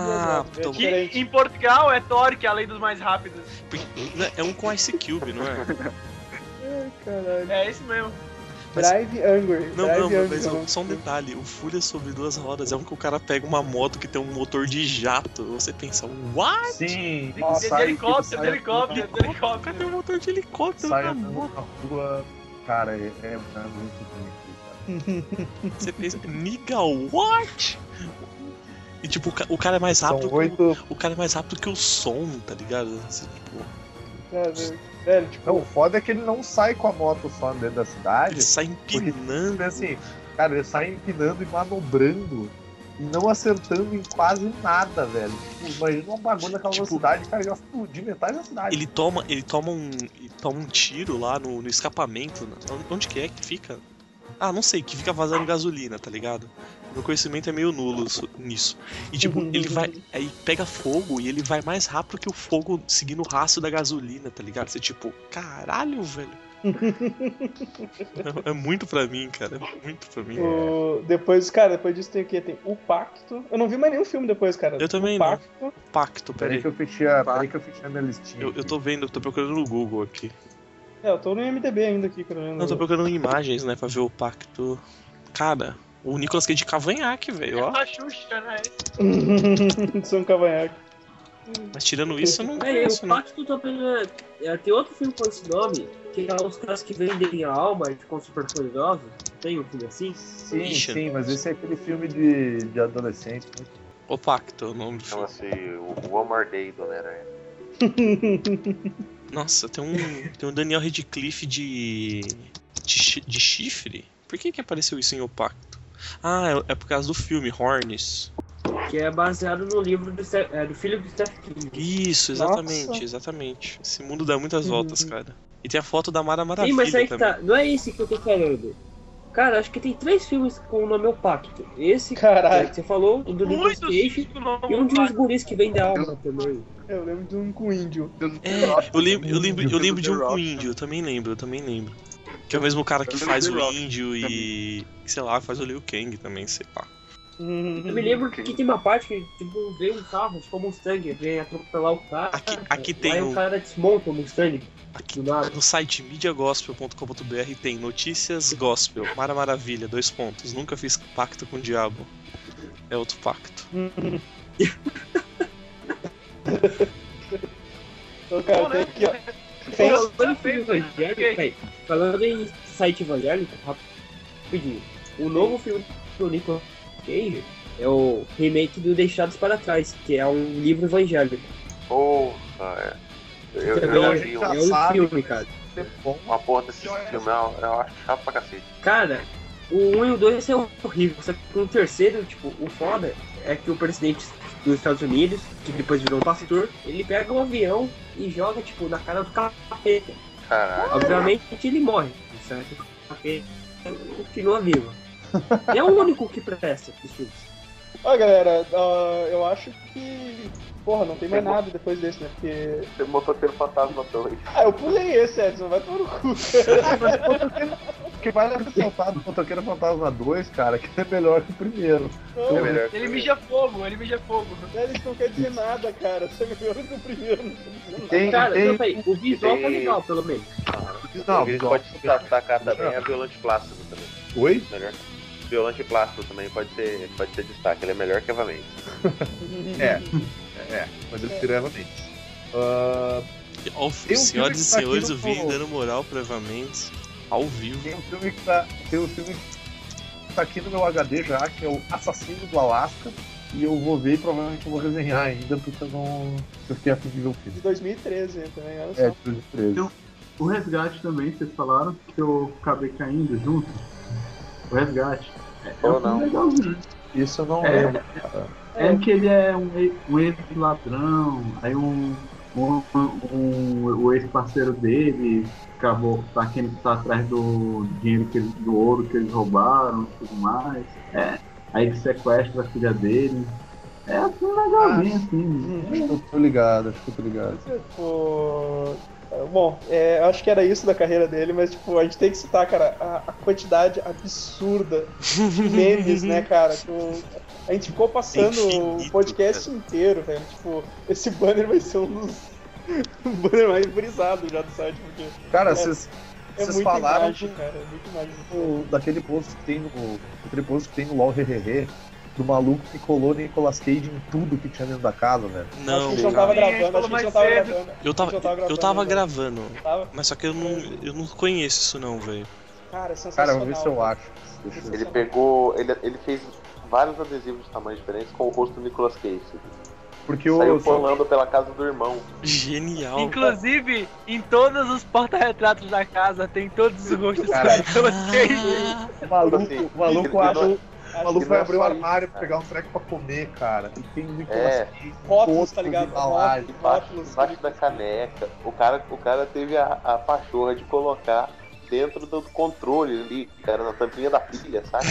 Que em Portugal é Torque, a lei dos mais rápidos. É um com Ice Cube, não é? Caralho. É esse mesmo. Drive Angry. Mas só um detalhe, o Fúria sobre duas rodas é um que o cara pega uma moto que tem um motor de jato. Você pensa, what? Sim. De helicóptero. O cara tem um motor de helicóptero na moto. Cara, é muito bonito. Você pensa, nigga, what? E tipo, o cara é mais rápido o cara é mais rápido que o som, tá ligado? Assim, tipo... Velho, tipo, o foda é que ele não sai com a moto só dentro da cidade. Ele sai empinando. Porque, assim, cara, ele sai empinando e manobrando não acertando em quase nada, velho. Tipo, imagina um bagulho daquela velocidade, cara, já explodir metade da cidade. Ele toma um tiro lá no escapamento. Onde que fica? Ah, não sei, que fica vazando gasolina, tá ligado? Meu conhecimento é meio nulo nisso. E tipo, ele vai. Aí pega fogo e ele vai mais rápido que o fogo seguindo o rastro da gasolina, tá ligado? Você tipo, caralho, velho. É muito pra mim, cara. É muito pra mim. Depois disso tem o quê? Tem O Pacto. Eu não vi mais nenhum filme depois, cara. Eu também não. Pacto, peraí que eu fechei a minha listinha. Eu tô vendo, eu tô procurando no Google aqui. Eu tô no IMDB ainda aqui. Não, tô procurando imagens, né, pra ver o Pacto. Cara, o Nicolas Cage de cavanhaque, velho, ó. A Xuxa, né? São cavanhaque. Mas tirando isso, eu não conheço, o Pacto também tem outro filme com esse nome, que é os caras que vendem a alma e ficam super poderosos. Tem um filme assim? Sim, mas esse é aquele filme de adolescente. O Pacto, o nome do filme. Chama-se o One More Day do Homem-Aranha. Nossa, tem um Daniel Radcliffe de chifre? Por que apareceu isso em O Pacto? Ah, é por causa do filme Horns. Que é baseado no livro do filho do Stephen King. Isso, exatamente. Esse mundo dá muitas voltas, cara. E tem a foto da Mara Maravilha. Sim, mas aí que também. tá. Não é esse que eu tô falando. Cara, acho que tem 3 filmes com o nome O Pacto. Esse que você falou, o do Nicolas Cage, e um de uns guris que vende alma também. Eu lembro de um com índio. Eu lembro de um com índio, eu também lembro. Que é o mesmo cara que faz o índio e, sei lá, faz o Liu Kang também, sei lá. Eu me lembro que tem uma parte que tipo, vem um carro, tipo um Mustang, vem atropelar o cara. Aqui tem aí o cara desmonta o Mustang. Aqui no site mediagospel.com.br tem notícias gospel, Mara Maravilha, 2 pontos. Nunca fiz pacto com o diabo. É outro pacto. Cara, tem aqui, ó. Falando em site evangélico, rapidinho. O novo filme do Nicolas Cage é o remake do Deixados para Trás, que é um livro evangélico. Porra, eu vi um filme, cara. Uma porra desse filme, eu acho chato pra cacete. Cara, o 1 e o 2 é horrível, só que o terceiro, tipo, o foda é que o presidente dos Estados Unidos, que depois virou um pastor, ele pega um avião e joga, tipo, na cara do capeta. Caralho. Obviamente ele morre, certo? O capeta continua vivo. E é o único que presta dos filmes. Ó, galera, eu acho que... Porra, não tem mais nada depois desse, né? Porque... Tem Motoqueiro Fantasma 2. Ah, eu pulei esse, Edson, vai tomar no cu. O que vale ressaltar do Motoqueiro Fantasma 2, cara, que é melhor que o primeiro. Não, é melhor. Ele mija fogo. Isso não quer dizer nada, cara. Você é melhor que o primeiro, não quer dizer nada. Cara, o visual tá legal, pelo menos. Não, o visual pode se destacar também é Violante Plácido também. Oi? Melhor. Violante Plácido também pode ser destaque, ele é melhor que Eva Mendes. Mas eu prefiro Eva Mendes. Senhoras e senhores, o Vini dando moral pra Eva Mendes ao vivo. Tem um filme que tá aqui no meu HD já, que é o Assassino do Alasca. E eu vou ver e provavelmente eu vou resenhar ainda, porque eu fiquei a fim de ver o filme. De 2013 também, olha só. De 2013. Então, o Resgate também, vocês falaram que eu acabei caindo junto. O Resgate. É um filme legalzinho. Isso eu não lembro. É que ele é um ex-ladrão, aí o ex-parceiro dele acabou tá atrás do dinheiro do ouro que eles roubaram e tudo mais. Aí ele sequestra a filha dele. É assim legalzinho, assim. Acho que eu tô ligado. Bom, acho que era isso da carreira dele, mas tipo, a gente tem que citar, cara, a quantidade absurda de memes, né, cara? A gente ficou passando o podcast inteiro, velho. Tipo, esse banner vai ser um dos banner mais brisados já do site, porque... Cara, vocês falaram imagem, cara, é muito imagem. Daquele post que tem no LOL Hehehe, do maluco que colou Nicolas Cage em tudo que tinha dentro da casa, velho. Não, acho que a gente não tava gravando, Eu tava gravando, mas só que eu não conheço isso não, velho. Cara, é sensacional. Cara, vou ver se eu acho. Ele pegou, ele fez vários adesivos de tamanhos diferentes com o rosto do Nicolas Cage. Porque saiu pulando pela casa do irmão. Genial. Inclusive, em todos os porta-retratos da casa tem todos os rostos do Nicolas Cage. O maluco abre O maluco vai abrir o armário pra pegar um treco pra comer, cara. E tem um Nicolas Cage. Rótulos, tá ligado? Embaixo da caneca. O cara teve a pachorra de colocar dentro do controle ali, cara, na tampinha da pilha, sabe?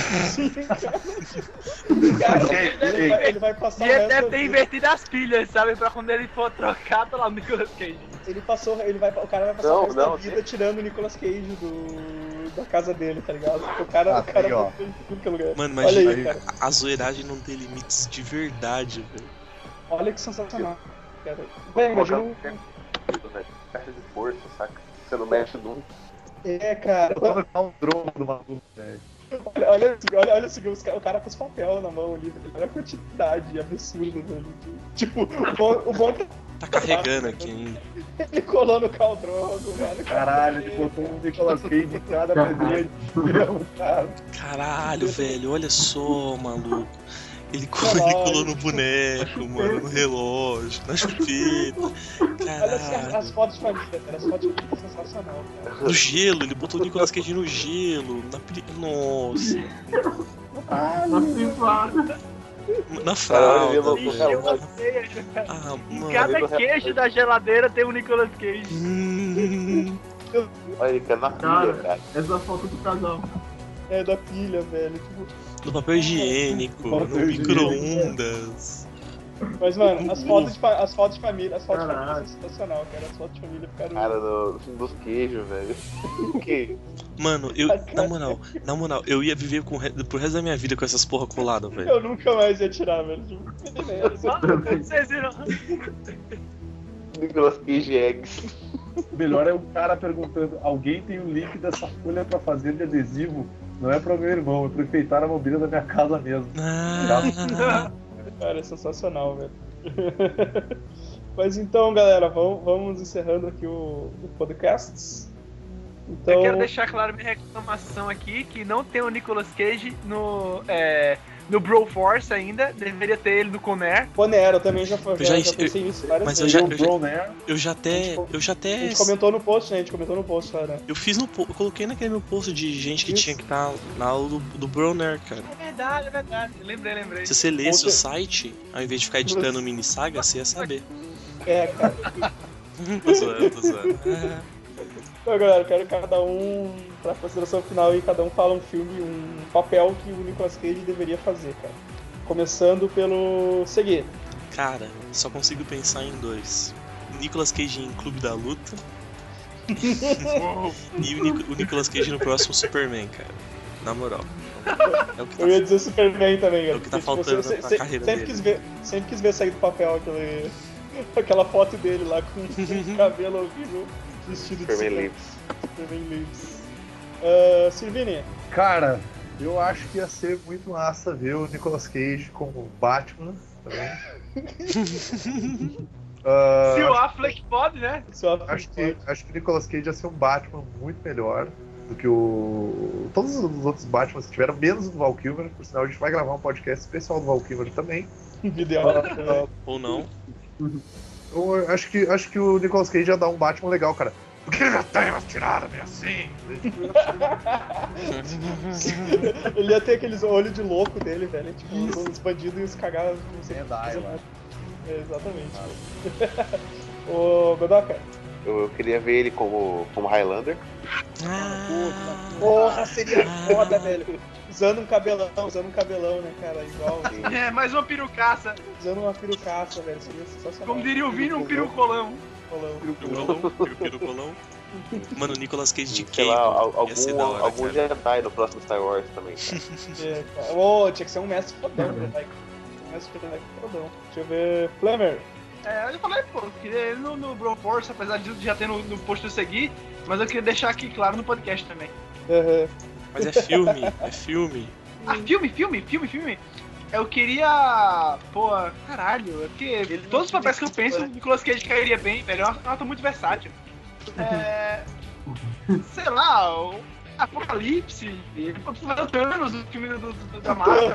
Ele vai passar e ele deve ter invertido as pilhas, sabe? Pra quando ele for trocar, tá lá o Nicolas Cage. O cara vai passar o resto da vida tirando o Nicolas Cage da casa dele, tá ligado? O cara ó. Mano, mas aí, a zoeiragem não tem limites de verdade, velho. Olha que sensacional, cara. Bem, imagina caixa de força, saca? Você não mexe nunca. Cara. Eu vou dar um drone do maluco, velho. Olha o cara com os papel na mão ali, olha a quantidade absurda, velho. Tipo, o bom tá carregando aqui ainda. Ele colou no Khal Drogo, mano. Caralho, ele botou um Nicolas Cage em cada presente. Caralho, velho, olha só, maluco. Ele colou no boneco, mano, no relógio, na chupeta. Caralho. Olha as fotos de família, cara. As fotos de família são sensacional, cara. No gelo, ele botou o Nicolas Cage no gelo. Nossa. Na privada. Na fralda. Em cada queijo da geladeira tem um Nicolas Cage. Olha, ele quer na pilha, cara. Essa foto do casal. É, da pilha, velho. Tipo... No papel higiênico, no micro-ondas. Mas, mano, as fotos de família são sensacional, cara. As fotos de família ficaram... Cara, dos queijos, velho. Que? Mano, na moral, eu ia viver pro resto da minha vida com essas porra coladas, velho. Eu nunca mais ia tirar, velho. Vocês viram? Nicolas Cage Eggs. O melhor é o cara perguntando: alguém tem o link dessa folha pra fazer de adesivo? Não é pro meu irmão, é pra enfeitar a mobília da minha casa mesmo. Cara, é sensacional, velho. Mas então, galera, vamos encerrando aqui o podcast. Então... Eu quero deixar claro minha reclamação aqui, que não tem o Nicolas Cage no Broforce ainda, deveria ter ele no Conair. Conair, eu também já pensei nisso várias vezes. Eu já até... A gente comentou no post, né? Cara. Eu coloquei naquele meu post de gente que tinha que estar na aula do Bronair, cara. É verdade. Lembrei. Se você lesse o site, ao invés de ficar editando mini saga, você ia saber. Cara. Tô zoando. Então, galera, eu quero cada um, pra consideração final aí, cada um fala um filme, um papel que o Nicolas Cage deveria fazer, cara. Começando pelo Segui. Cara, só consigo pensar em dois. Nicolas Cage em Clube da Luta e o Nicolas Cage no próximo Superman, cara. Na moral. É o que tá eu ia dizer Superman também, cara. É o que tá faltando na carreira dele. Sempre quis ver sair do papel aquela foto dele lá com o cabelo horrível. Vestido de Superman Lives. Sirvini. Cara, eu acho que ia ser muito massa ver o Nicolas Cage como Batman também. Se o Affleck pode, né? Acho que o Nicolas Cage ia ser um Batman muito melhor do que todos os outros Batman que tiveram, menos o do Val Kilmer. Por sinal, a gente vai gravar um podcast especial do Val Kilmer também. Ou não. Eu acho que o Nicolas Cage ia dar um Batman legal, cara. Porque ele já tem umas tiradas meio assim. Ele ia ter aqueles olhos de louco dele, velho. Tipo, os bandidos iam se cagar. Exatamente. Ô, Godoka. Eu queria ver ele como Highlander. Porra, seria foda, velho. Usando um cabelão, né, cara? Igual. Mais uma perucaça. Usando uma perucaça, velho. Seria sensacional. Como diria o Vini, um perucolão. Perucolão. Mano, o Nicolas Cage de Sei lá, algum Jedi no próximo Star Wars também. Cara. Tinha que ser um mestre fodão, né? Deixa eu ver. Flamer. Eu falei, eu queria ele no Broforce, apesar de já ter no post do Seguir, mas eu queria deixar aqui claro no podcast também. Mas é filme. Ah, filme? Eu queria... Pô, caralho, é porque todos os papéis que eu penso, o Nicolas Cage cairia bem, velho. É um ator muito versátil. Sei lá, o Apocalipse, o Thanos, o filme da Marvel.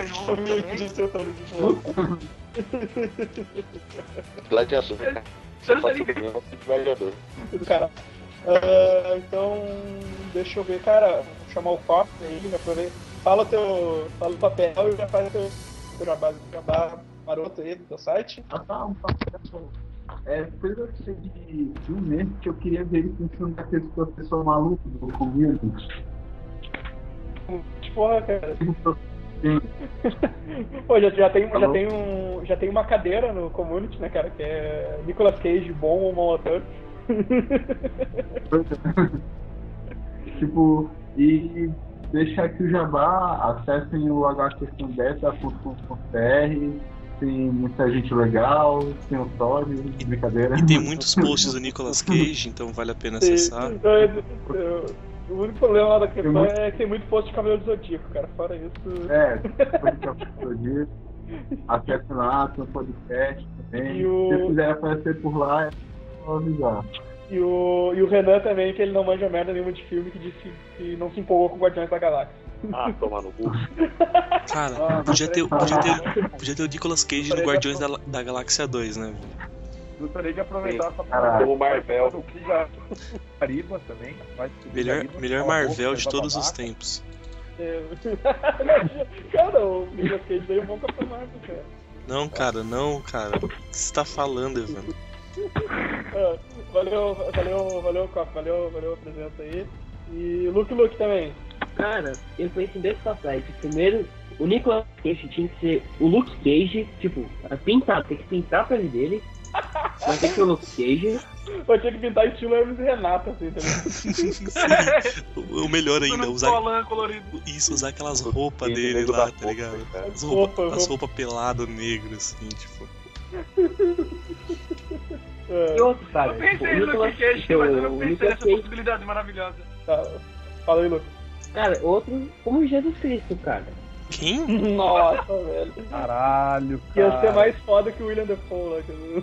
Gladiador. Gladiador. Cara. Então, deixa eu ver, cara. Vou chamar o Copa aí, já pra ver fala o papel e já faz teu jabá maroto aí do teu site. Tá, um papel. Depois eu sei de um mês que eu queria ver ele com o filme daquele professor maluco do Community. Porra, cara. Pô, já tem uma cadeira no Community, né, cara, que é Nicolas Cage bom ou mau ator. Tipo, e deixar aqui o jabá, acessem o hquestãodessa.com.br, tem muita gente legal, tem o Tori, brincadeira. E tem muitos posts do Nicolas Cage, então vale a pena acessar. O único problema lá da questão é que tem muito post de Cavaleiro do Zodíaco, cara. Fora isso. Post de Cavaleiro do Zodíaco. Acesse lá, tem um podcast também. Se você quiser aparecer por lá, é só avisar. E o Renan também, que ele não manja merda nenhuma de filme, que disse que não se empolgou com Guardiões da Galáxia. Tomar no cu. Cara, podia ter o Nicolas Cage no Guardiões da Galáxia 2, né? Gostaria de aproveitar essa parada. O Marvel. Cariba também. Melhor Marvel de todos os tempos. Cara, o Nicolas Cage veio um bom Capitão Marvel, cara. Não, cara. O que você tá falando, Evandro? Valeu, Coff. Valeu a presença aí. E Luke também. Cara, eu pensei em dois papéis. Primeiro, o Nicolas Cage tinha que ser o Luke Cage, tipo, tem que pintar a pele dele. Mas tem que ser o Luke Cage. Vai ter que pintar estilo Hermes e Renato, assim, também. O melhor ainda, usar aquelas roupas dele lá, tá ligado? As roupas peladas negras, assim, tipo. E outro, cara. Eu pensei no Luke Cage, mas eu não pensei nessa possibilidade maravilhosa. Tá, fala aí, Luke. Cara, outro como Jesus Cristo, cara. Quem? Nossa, velho. Caralho, cara. Ia ser mais foda que o William Dafoe lá, cara.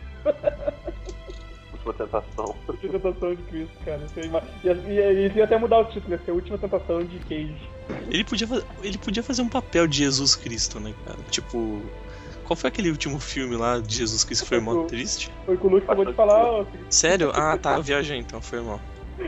Última Tentação. Última Tentação de Cristo, cara. E ia até mudar o título, ia ser a Última Tentação de Cage. Ele podia fazer um papel de Jesus Cristo, né, cara? Tipo... Qual foi aquele último filme lá de Jesus Cristo que foi mó triste? Foi com o Luke que acabou de falar. Sério? Ah, tá, eu viajei então, foi mal.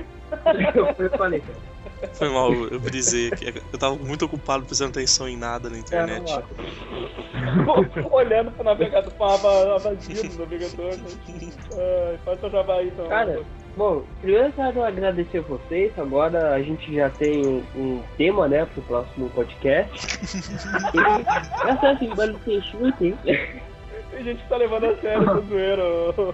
Foi mal, eu brisei aqui. Eu tava muito ocupado prestando atenção em nada na internet. Olhando pro navegador, pra aba vazia do navegador, né? Faz seu jabá aí então. Cara, bom, primeiro eu quero agradecer a vocês. Agora a gente já tem um tema, né, pro próximo podcast. Acesse o Bando Sem Chute. Tem gente que tá levando a sério essa zoeira,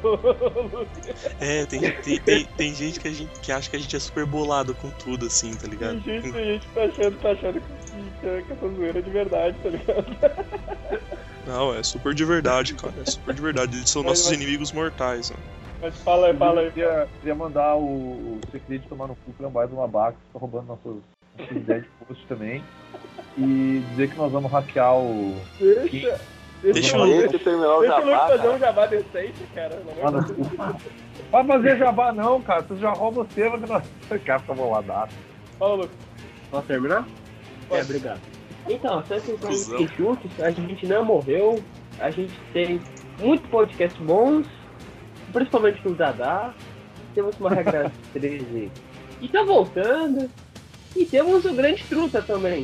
tem gente que acha que a gente é super bolado com tudo, assim, tá ligado? Tem gente que tá achando que essa zoeira é de verdade, tá ligado? Não, é super de verdade, cara, é super de verdade. Eles são nossos inimigos mortais, né? Mas fala aí. Eu queria mandar o Secret tomar no cu pra mais uma baca, que tá roubando nossas ideias de post também. E dizer que nós vamos hackear o... Deixa o Luke terminar o jabá, fazer um jabá decente, cara. Vai fazer jabá não, cara. Você já rouba você, mas não... Cara, fica boladaço. Fala, Luke. Posso terminar? Obrigado. Então, se vocês têm chutes, a gente não morreu. A gente tem muitos podcasts bons, principalmente com o Dadá. Temos uma regra 13 e tá voltando. E temos o Grande Truta também.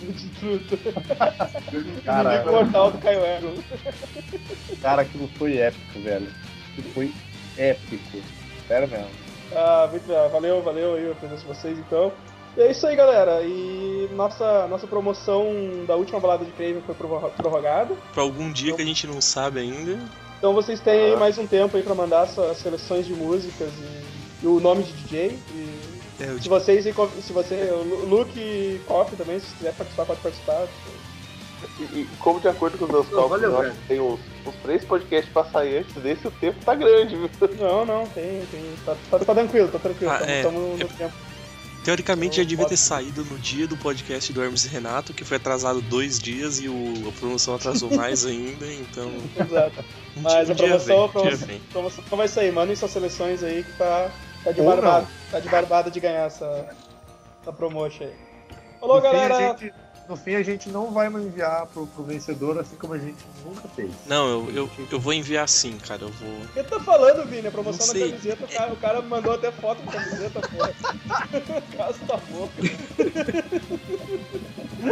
Cara, o portal do Caio Ego. Cara, aquilo foi épico, velho. Aquilo foi épico. Sério mesmo. Muito bem. Valeu aí a presença de vocês, então. E é isso aí, galera. E nossa promoção da última balada de Craven foi prorrogada. Pra algum dia que a gente não sabe ainda. Então vocês têm aí mais um tempo aí pra mandar suas seleções de músicas e o nome de DJ. Se você, o Luke e Coffee também, se quiser participar, pode participar. E como de acordo com os meus cálculos, tem uns 3 podcasts pra sair antes desse, o tempo tá grande, viu? Não, tem. Tá tranquilo, Estamos no tempo. Teoricamente já devia ter saído no dia do podcast do Hermes e Renato, que foi atrasado 2 dias e a promoção atrasou mais ainda, então... Exato. Mas a promoção vai sair. Mandem suas seleções aí que tá de barbada. Tá de barbada de ganhar essa promotion aí. Falou, galera! No fim, a gente não vai enviar pro vencedor, assim como a gente nunca fez. Não, eu vou enviar sim, cara, eu vou... O que tá falando, Vini? A promoção da camiseta, o cara mandou até foto da camiseta, porra. Caso tá bom.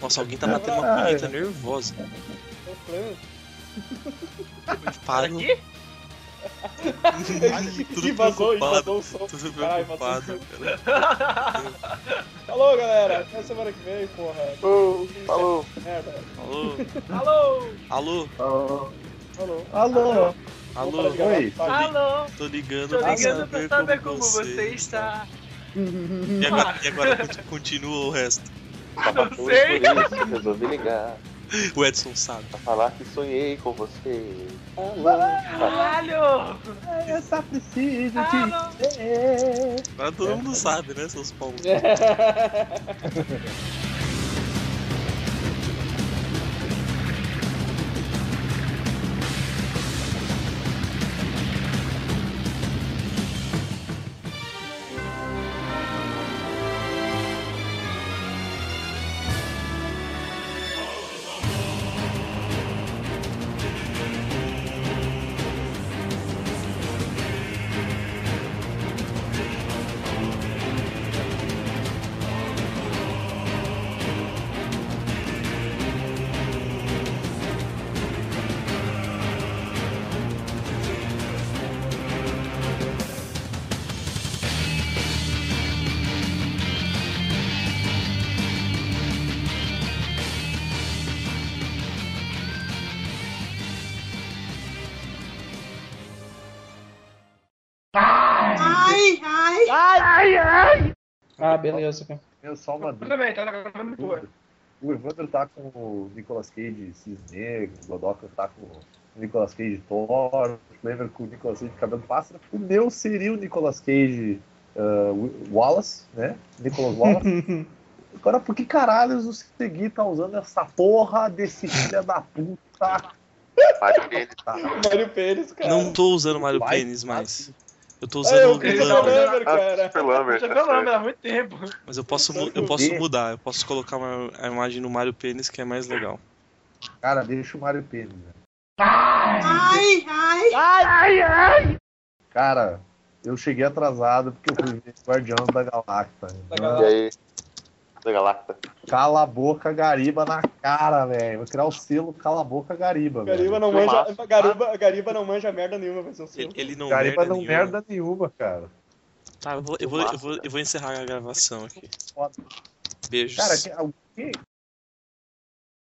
Nossa, alguém tá batendo uma punheta nervosa. Para. Tudo vazou o som. Tudo preocupado, cara. Falou, galera. Até semana que vem, porra. Falou. Merda. Alô. Oi. Alô. Tô ligando pra saber como você está. E agora continua o resto. Não sei. Resolvi ligar. O Edson sabe. Pra falar que sonhei com você. Caralho! Eu só preciso te dizer. Agora todo mundo sabe, né, seus pau. Ah, beleza, cara. Só uma dúvida. O Evandro tá com o Nicolas Cage Cisne, o Godoka tá com o Nicolas Cage Thor, lembra com o Nicolas Cage Cabelo Pássaro. O meu seria o Nicolas Cage Wallace, né? Nicolas Wallace. Agora, por que caralhos o Segui tá usando essa porra desse filho da puta? Mário Pênis, cara. Não tô usando Mário Pênis mais. Eu tô usando o Lambert, cara. Lambert há muito tempo. Mas eu posso mudar, eu posso colocar a imagem no Mário Pênis, que é mais legal. Cara, deixa o Mário Pênis, velho. Cara, eu cheguei atrasado porque eu fui ver Guardiões da Galáxia. E aí? Da Galáxia. Cala a boca, Gariba na cara, velho. Vou criar o selo Cala a boca, Gariba. Gariba não manja merda nenhuma, vai ser o selo. Gariba não merda nenhuma, cara. Tá, eu vou encerrar a gravação aqui. Beijos. Cara,